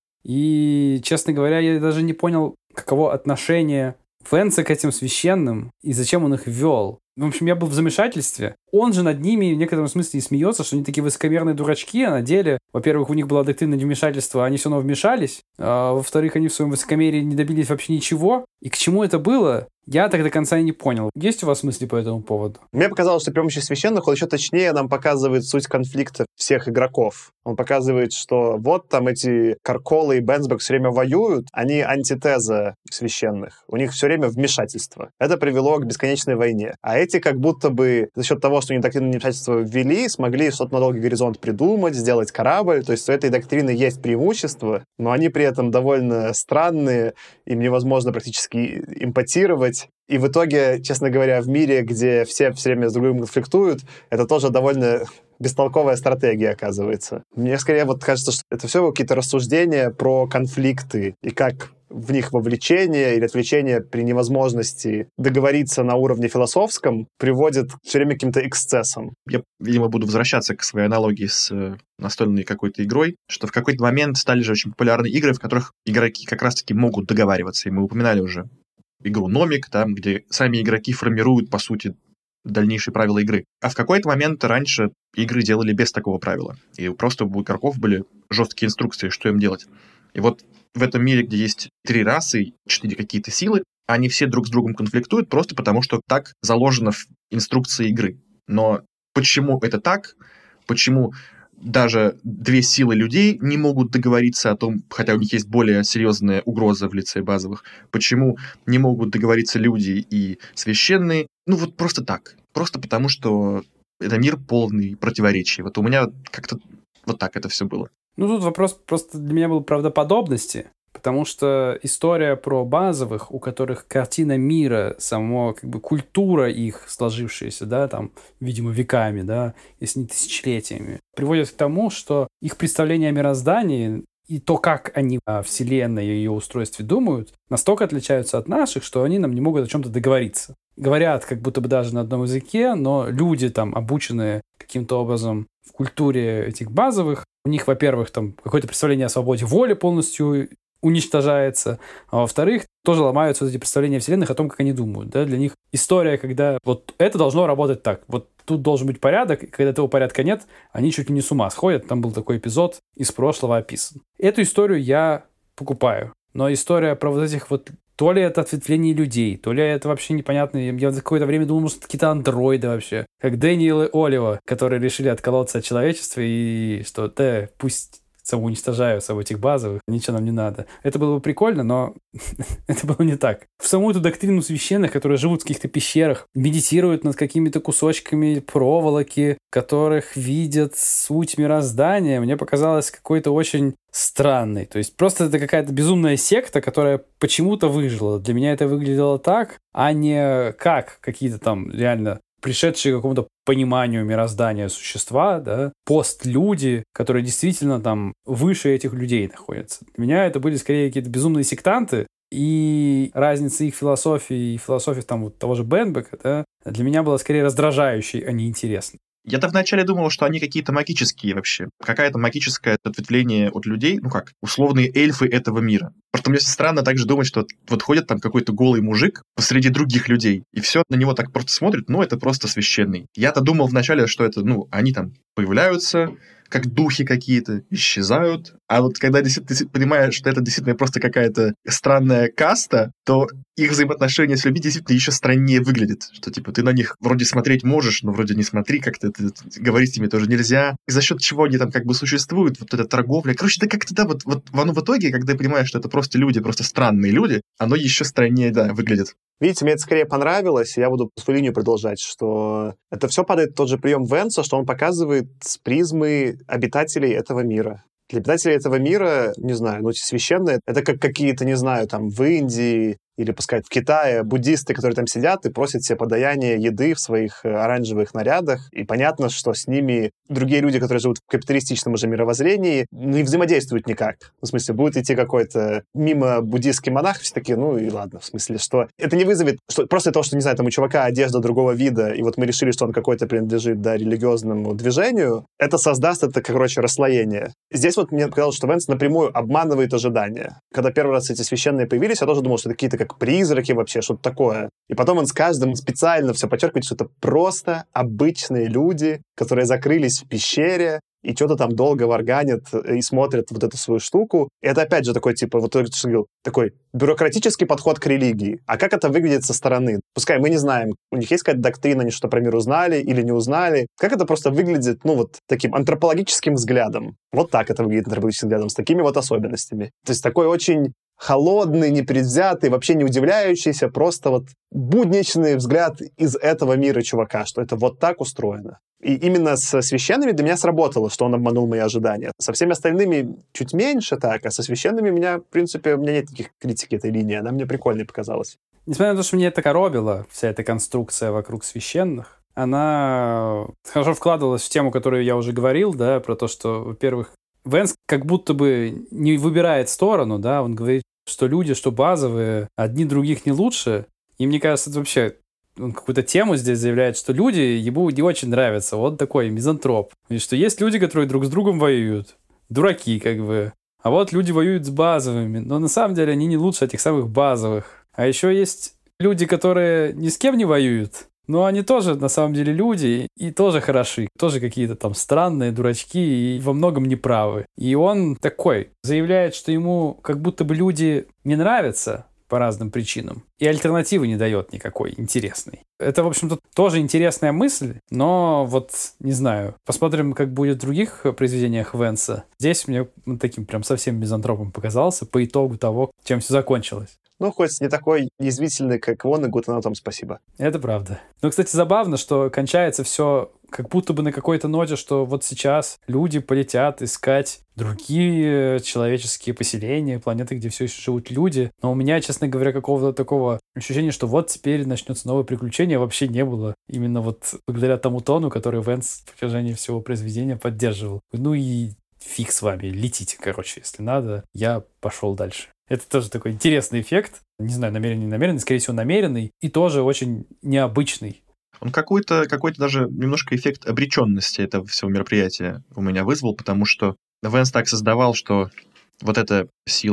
Speaker 3: И, честно говоря, я даже не понял, каково отношение Венса к этим священным и зачем он их ввел. В общем, я был в замешательстве. Он же над ними в некотором смысле и смеется, что они такие высокомерные дурачки, а на деле, во-первых, у них была доктрина невмешательства, они все равно вмешались, а во-вторых, они в своем высокомерии не добились вообще ничего. И к чему это было, я так до конца и не понял. Есть у вас мысли по этому поводу?
Speaker 1: Мне показалось, что при помощи священных он еще точнее нам показывает суть конфликта всех игроков. Он показывает, что вот там эти Карколы и Бенсбек все время воюют, они антитеза священных. У них все время вмешательство. Это привело к бесконечной войне. А эти как будто бы за счет того, что они доктрину невмешательства ввели, смогли что-то на долгий горизонт придумать, сделать корабль. То есть у этой доктрины есть преимущество, но они при этом довольно странные, им невозможно практически импотировать. И в итоге, честно говоря, в мире, где все все время с друг другом конфликтуют, это тоже довольно бестолковая стратегия, оказывается. Мне скорее вот кажется, что это все какие-то рассуждения про конфликты и как в них вовлечение или отвлечение при невозможности договориться на уровне философском приводит все время к каким-то эксцессам.
Speaker 2: Я, видимо, буду возвращаться к своей аналогии с настольной какой-то игрой, что в какой-то момент стали же очень популярны игры, в которых игроки как раз-таки могут договариваться. И мы упоминали уже игру Номик, там, где сами игроки формируют, по сути, дальнейшие правила игры. А в какой-то момент раньше игры делали без такого правила. И просто у игроков были жесткие инструкции, что им делать. И вот в этом мире, где есть три расы, четыре какие-то силы, они все друг с другом конфликтуют просто потому, что так заложено в инструкции игры. Но почему это так? Почему даже две силы людей не могут договориться о том, хотя у них есть более серьезная угроза в лице базовых, почему не могут договориться люди и священные? Ну вот просто так. Просто потому, что это мир полный противоречий. Вот у меня как-то вот так это все было.
Speaker 3: Ну, тут вопрос просто для меня был правдоподобности, потому что история про базовых, у которых картина мира, само, как бы, культура их сложившаяся, да, там, видимо, веками, да, если не тысячелетиями, приводит к тому, что их представление о мироздании и то, как они о Вселенной и ее устройстве думают, настолько отличаются от наших, что они нам не могут о чем-то договориться. Говорят как будто бы даже на одном языке, но люди, там, обученные каким-то образом в культуре этих базовых, у них, во-первых, там какое-то представление о свободе воли полностью уничтожается. А во-вторых, тоже ломаются вот эти представления вселенных о том, как они думают. Да? Для них история, когда вот это должно работать так. Вот тут должен быть порядок, и когда этого порядка нет, они чуть ли не с ума сходят. Там был такой эпизод из прошлого описан. Эту историю я покупаю. Но история про вот этих вот... То ли это ответвление людей, то ли это вообще непонятно. Я за какое-то время думал, что это какие-то андроиды вообще. Как Дэниел и Олива, которые решили отколоться от человечества и что, да, пусть самоуничтожаются в этих базовых, ничего нам не надо. Это было бы прикольно, но это было не так. В саму эту доктрину священных, которые живут в каких-то пещерах, медитируют над какими-то кусочками проволоки, которых видят суть мироздания, мне показалось какой-то очень странной. То есть просто это какая-то безумная секта, которая почему-то выжила. Для меня это выглядело так, а не как какие-то там реально пришедшие к какому-то пониманию мироздания существа, да, постлюди, которые действительно там выше этих людей находятся. Для меня это были скорее какие-то безумные сектанты, и разница их философии и философии там вот того же Бенбека, да, для меня была скорее раздражающей, а не интересной.
Speaker 2: Я-то вначале думал, что они какие-то магические вообще. Какое-то магическое ответвление от людей, ну как, условные эльфы этого мира. Просто мне странно также думать, что вот ходит там какой-то голый мужик посреди других людей, и все на него так просто смотрят, ну это просто священный. Я-то думал вначале, что это, ну, они там появляются, как духи какие-то, исчезают. А вот когда действительно понимаешь, что это действительно просто какая-то странная каста, то их взаимоотношения с людьми действительно еще страннее выглядит. Что, типа, ты на них вроде смотреть можешь, но вроде не смотри, как-то это, говорить с ними тоже нельзя. И за счет чего они там как бы существуют, вот эта торговля. Короче, да как-то, да, вот, вот оно в итоге, когда ты понимаешь, что это просто люди, просто странные люди, оно еще страннее, да, выглядит.
Speaker 1: Видите, мне это скорее понравилось, и я буду свою линию продолжать, что это все падает в тот же прием Венса, что он показывает с призмы обитателей этого мира. Для обитателей этого мира, не знаю, ну, священные, это как какие-то, не знаю, там, в Индии или, пускай, в Китае буддисты, которые там сидят и просят себе подаяние еды в своих оранжевых нарядах. И понятно, что с ними другие люди, которые живут в капиталистичном уже мировоззрении, не взаимодействуют никак. В смысле, будет идти какой-то мимо буддийский монах, все такие, ну и ладно, в смысле, что это не вызовет, что просто того, что, не знаю, там у чувака одежда другого вида, и вот мы решили, что он какой-то принадлежит, да, религиозному движению, это создаст это, короче, расслоение. Здесь вот мне показалось, что Венс напрямую обманывает ожидания. Когда первый раз эти священные появились, я тоже думал, что это какие-то как призраки вообще, что-то такое. И потом он с каждым специально все подчеркивает, что это просто обычные люди, которые закрылись в пещере и что-то там долго варганят и смотрят вот эту свою штуку. И это опять же такой, типа, вот что говорил, такой бюрократический подход к религии. А как это выглядит со стороны? Пускай мы не знаем, у них есть какая-то доктрина, они что-то про мир узнали или не узнали. Как это просто выглядит, ну, вот таким антропологическим взглядом? Вот так это выглядит антропологическим взглядом, с такими вот особенностями. То есть такой очень холодный, непредвзятый, вообще не удивляющийся, просто вот будничный взгляд из этого мира чувака, что это вот так устроено. И именно со священными для меня сработало, что он обманул мои ожидания. Со всеми остальными чуть меньше так, а со священными у меня, в принципе, у меня нет таких критики этой линии, она мне прикольной показалась.
Speaker 3: Несмотря на то, что мне это коробило, вся эта конструкция вокруг священных, она хорошо вкладывалась в тему, которую я уже говорил, да, про то, что, во-первых, Венс как будто бы не выбирает сторону, да, он говорит, что люди, что базовые, одни других не лучше. И мне кажется, это вообще он какую-то тему здесь заявляет, что люди ему не очень нравятся. Вот такой мизантроп. И что есть люди, которые друг с другом воюют. Дураки, как бы. А вот люди воюют с базовыми. Но на самом деле они не лучше этих самых базовых. А еще есть люди, которые ни с кем не воюют. Но они тоже, на самом деле, люди и тоже хороши. Тоже какие-то там странные дурачки и во многом неправы. И он такой заявляет, что ему как будто бы люди не нравятся по разным причинам. И альтернативы не дает никакой интересной. Это, в общем-то, тоже интересная мысль, но вот, не знаю, посмотрим, как будет в других произведениях Венса. Здесь мне таким прям совсем мизантропом показался по итогу того, чем все закончилось.
Speaker 1: Ну, хоть не такой язвительный, как он, и Гуд, на том спасибо.
Speaker 3: Это правда. Ну, кстати, забавно, что кончается все как будто бы на какой-то ноте, что вот сейчас люди полетят искать другие человеческие поселения, планеты, где все еще живут люди. Но у меня, честно говоря, какого-то такого ощущения, что вот теперь начнется новое приключение, вообще не было. Именно вот благодаря тому тону, который Венс в протяжении всего произведения поддерживал. Ну и фиг с вами, летите, короче, если надо. Я пошел дальше. Это тоже такой интересный эффект. Не знаю, намеренный, не намеренный, скорее всего, намеренный. И тоже очень необычный.
Speaker 2: Он какой-то, какой-то даже немножко эффект обреченности этого всего мероприятия у меня вызвал, потому что Венс так создавал, что вот эта сила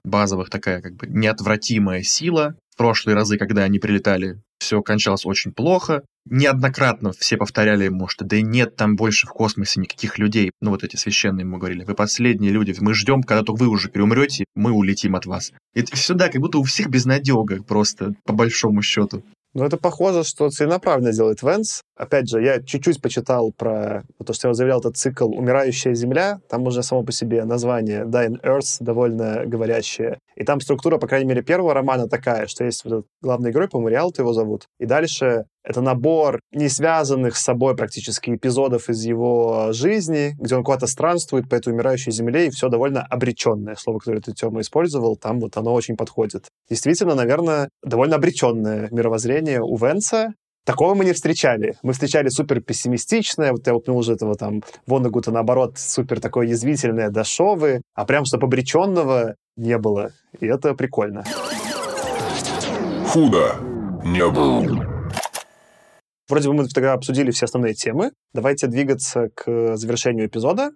Speaker 2: базовых такая как бы неотвратимая сила. В прошлые разы, когда они прилетали, все кончалось очень плохо. Неоднократно все повторяли ему, что да нет там больше в космосе никаких людей. Ну вот эти священные ему говорили, вы последние люди, мы ждем, когда только вы уже переумрете, мы улетим от вас. Это сюда как будто у всех безнадега просто, по большому счету.
Speaker 1: Ну, это похоже, что целенаправленно делает Вэнс. Опять же, я чуть-чуть почитал про то, что я заявлял, этот цикл «Умирающая Земля». Там уже само по себе название «Dying Earth» довольно говорящее. И там структура, по крайней мере, первого романа такая, что есть вот этот главный герой, по-моему, Риалто его зовут. И дальше это набор не связанных с собой практически эпизодов из его жизни, где он куда-то странствует по этой умирающей земле, и все довольно обреченное. Слово, которое ты, Тёма, использовал, там вот оно очень подходит. Действительно, наверное, довольно обреченное мировоззрение у Вэнса. Такого мы не встречали. Мы встречали супер пессимистичное, вот я упомянул уже этого там Воннегута, наоборот, супер такое язвительное до Шовы, а прям чтобы обреченного не было. И это прикольно.
Speaker 4: Худо не было.
Speaker 1: Вроде бы мы тогда обсудили все основные темы. Давайте двигаться к завершению эпизода.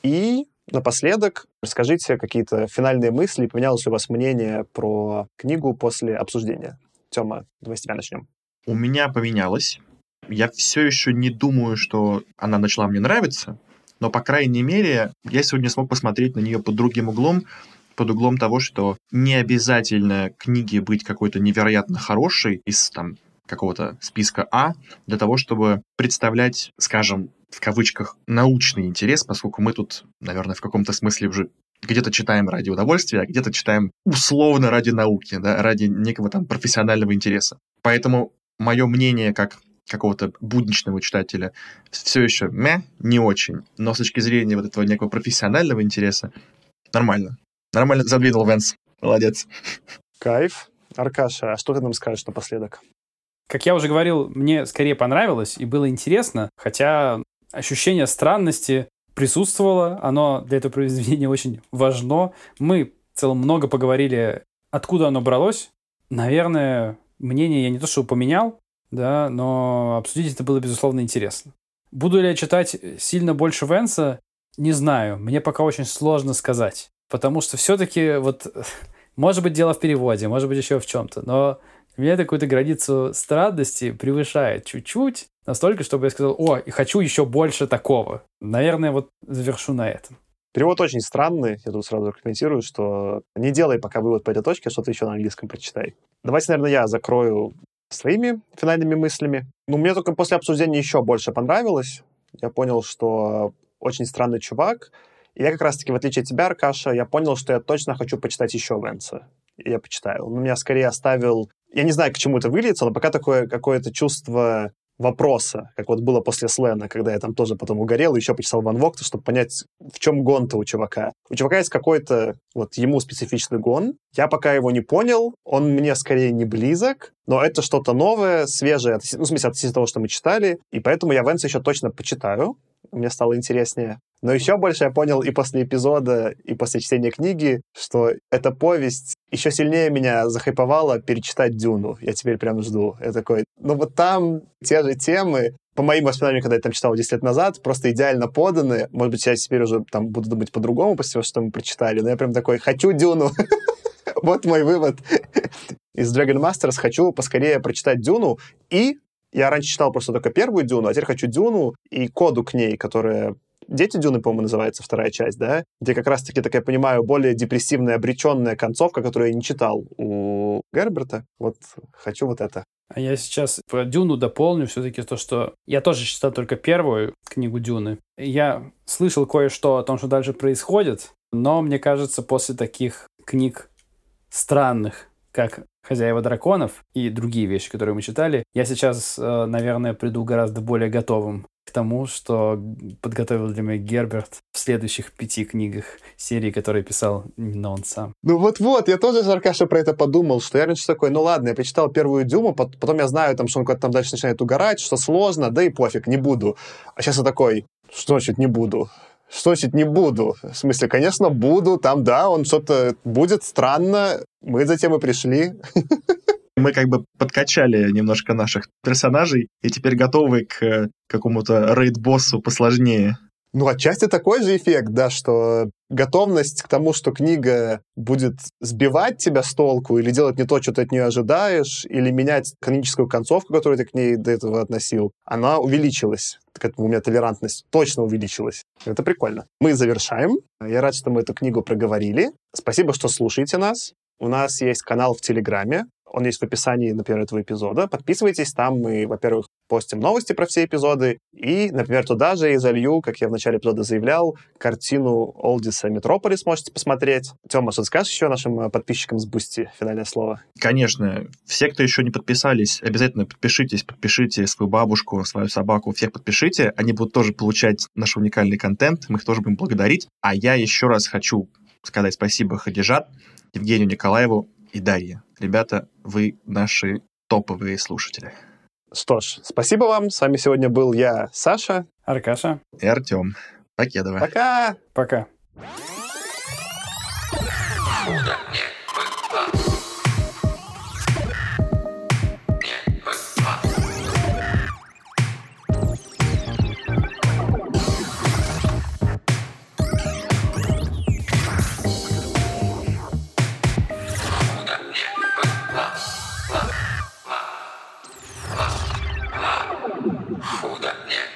Speaker 1: И напоследок расскажите какие-то финальные мысли. Поменялось ли у вас мнение про книгу после обсуждения? Тёма, давай с тебя начнем.
Speaker 2: У меня поменялось. Я все еще не думаю, что она начала мне нравиться, но, по крайней мере, я сегодня смог посмотреть на нее под другим углом, под углом того, что не обязательно книге быть какой-то невероятно хорошей из там какого-то списка А для того, чтобы представлять, скажем, в кавычках, научный интерес, поскольку мы тут, наверное, в каком-то смысле уже где-то читаем ради удовольствия, а где-то читаем условно ради науки, да, ради некого там профессионального интереса. Поэтому мое мнение как какого-то будничного читателя все еще мя, не очень. Но с точки зрения вот этого некого профессионального интереса нормально. Нормально задвинул Вэнс. Молодец.
Speaker 1: Кайф. Аркаша, а что ты нам скажешь напоследок?
Speaker 3: Как я уже говорил, мне скорее понравилось и было интересно, хотя ощущение странности присутствовало, оно для этого произведения очень важно. Мы в целом много поговорили, откуда оно бралось. Наверное, мнение я не то что поменял, да, но обсудить это было, безусловно, интересно. Буду ли я читать сильно больше Вэнса? Не знаю. Мне пока очень сложно сказать. Потому что все-таки вот, может быть, дело в переводе, может быть, еще в чем-то, но у меня какую-то границу странности превышает чуть-чуть, настолько, чтобы я сказал, о, и хочу еще больше такого. Наверное, вот завершу на этом.
Speaker 1: Перевод очень странный, я тут сразу комментирую, что не делай пока вывод по этой точке, что-то еще на английском прочитай. Давайте, наверное, я закрою своими финальными мыслями. Ну, мне только после обсуждения еще больше понравилось. Я понял, что очень странный чувак. И я как раз-таки, в отличие от тебя, Аркаша, я понял, что я точно хочу почитать еще Вэнса. И я почитаю. Он меня скорее оставил... Я не знаю, к чему это выльется, но пока такое какое-то чувство вопроса, как вот было после Слена, когда я там тоже потом угорел и еще почитал Ван Вогта, чтобы понять, в чем гон-то у чувака. У чувака есть какой-то вот ему специфичный гон. Я пока его не понял, он мне скорее не близок, но это что-то новое, свежее, ну, в смысле, относительно того, что мы читали, и поэтому я Вэнса еще точно почитаю. Мне стало интереснее. Но еще больше я понял и после эпизода, и после чтения книги, что эта повесть еще сильнее меня захайповала перечитать «Дюну». Я теперь прям жду. Я такой, ну вот там те же темы, по моим воспоминаниям, когда я там читал десять лет назад, просто идеально поданы. Может быть, я теперь уже там буду думать по-другому после того, что мы прочитали, но я прям такой, хочу «Дюну». Вот мой вывод из Dragon Masters. Хочу поскорее прочитать «Дюну». И я раньше читал просто только первую «Дюну», а теперь хочу «Дюну» и коду к ней, которая... «Дети Дюны», по-моему, называется вторая часть, да? Где как раз-таки, так я понимаю, более депрессивная, обреченная концовка, которую я не читал у Герберта. Вот хочу вот это.
Speaker 3: А я сейчас про Дюну дополню все-таки то, что я тоже читал только первую книгу Дюны. Я слышал кое-что о том, что дальше происходит, но мне кажется, после таких книг странных, как «Хозяева драконов» и другие вещи, которые мы читали, я сейчас, наверное, приду гораздо более готовым к тому, что подготовил для меня Герберт в следующих пяти книгах серии, которые писал именно он сам.
Speaker 1: Ну вот-вот, я тоже, Аркаша, про это подумал, что я раньше такой, ну ладно, я прочитал первую Дюну, потом я знаю, там, что он куда-то там дальше начинает угорать, что сложно, да и пофиг, не буду. А сейчас я такой, что значит не буду? Что значит не буду? В смысле, конечно, буду, там, да, он что-то будет странно, мы затем и пришли.
Speaker 2: Мы как бы подкачали немножко наших персонажей и теперь готовы к какому-то рейд-боссу посложнее.
Speaker 1: Ну, отчасти такой же эффект, да, что готовность к тому, что книга будет сбивать тебя с толку или делать не то, что ты от нее ожидаешь, или менять каноническую концовку, которую ты к ней до этого относил, она увеличилась. К этому у меня толерантность точно увеличилась. Это прикольно. Мы завершаем. Я рад, что мы эту книгу проговорили. Спасибо, что слушаете нас. У нас есть канал в Телеграме. Он есть в описании, например, этого эпизода. Подписывайтесь, там мы, во-первых, постим новости про все эпизоды, и, например, туда же я залью, как я в начале эпизода заявлял, картину Олдиса «Метрополис» можете посмотреть. Тёма, что скажешь еще нашим подписчикам с Бусти? Финальное слово.
Speaker 2: Конечно. Все, кто еще не подписались, обязательно подпишитесь, подпишите свою бабушку, свою собаку, всех подпишите. Они будут тоже получать наш уникальный контент, мы их тоже будем благодарить. А я еще раз хочу сказать спасибо Хадижат, Евгению Николаеву и Дарье. Ребята, вы наши топовые слушатели.
Speaker 1: Что ж, спасибо вам. С вами сегодня был я, Саша.
Speaker 3: Аркаша.
Speaker 2: И Артем. Покедова.
Speaker 1: Пока!
Speaker 3: Пока.
Speaker 4: Худо не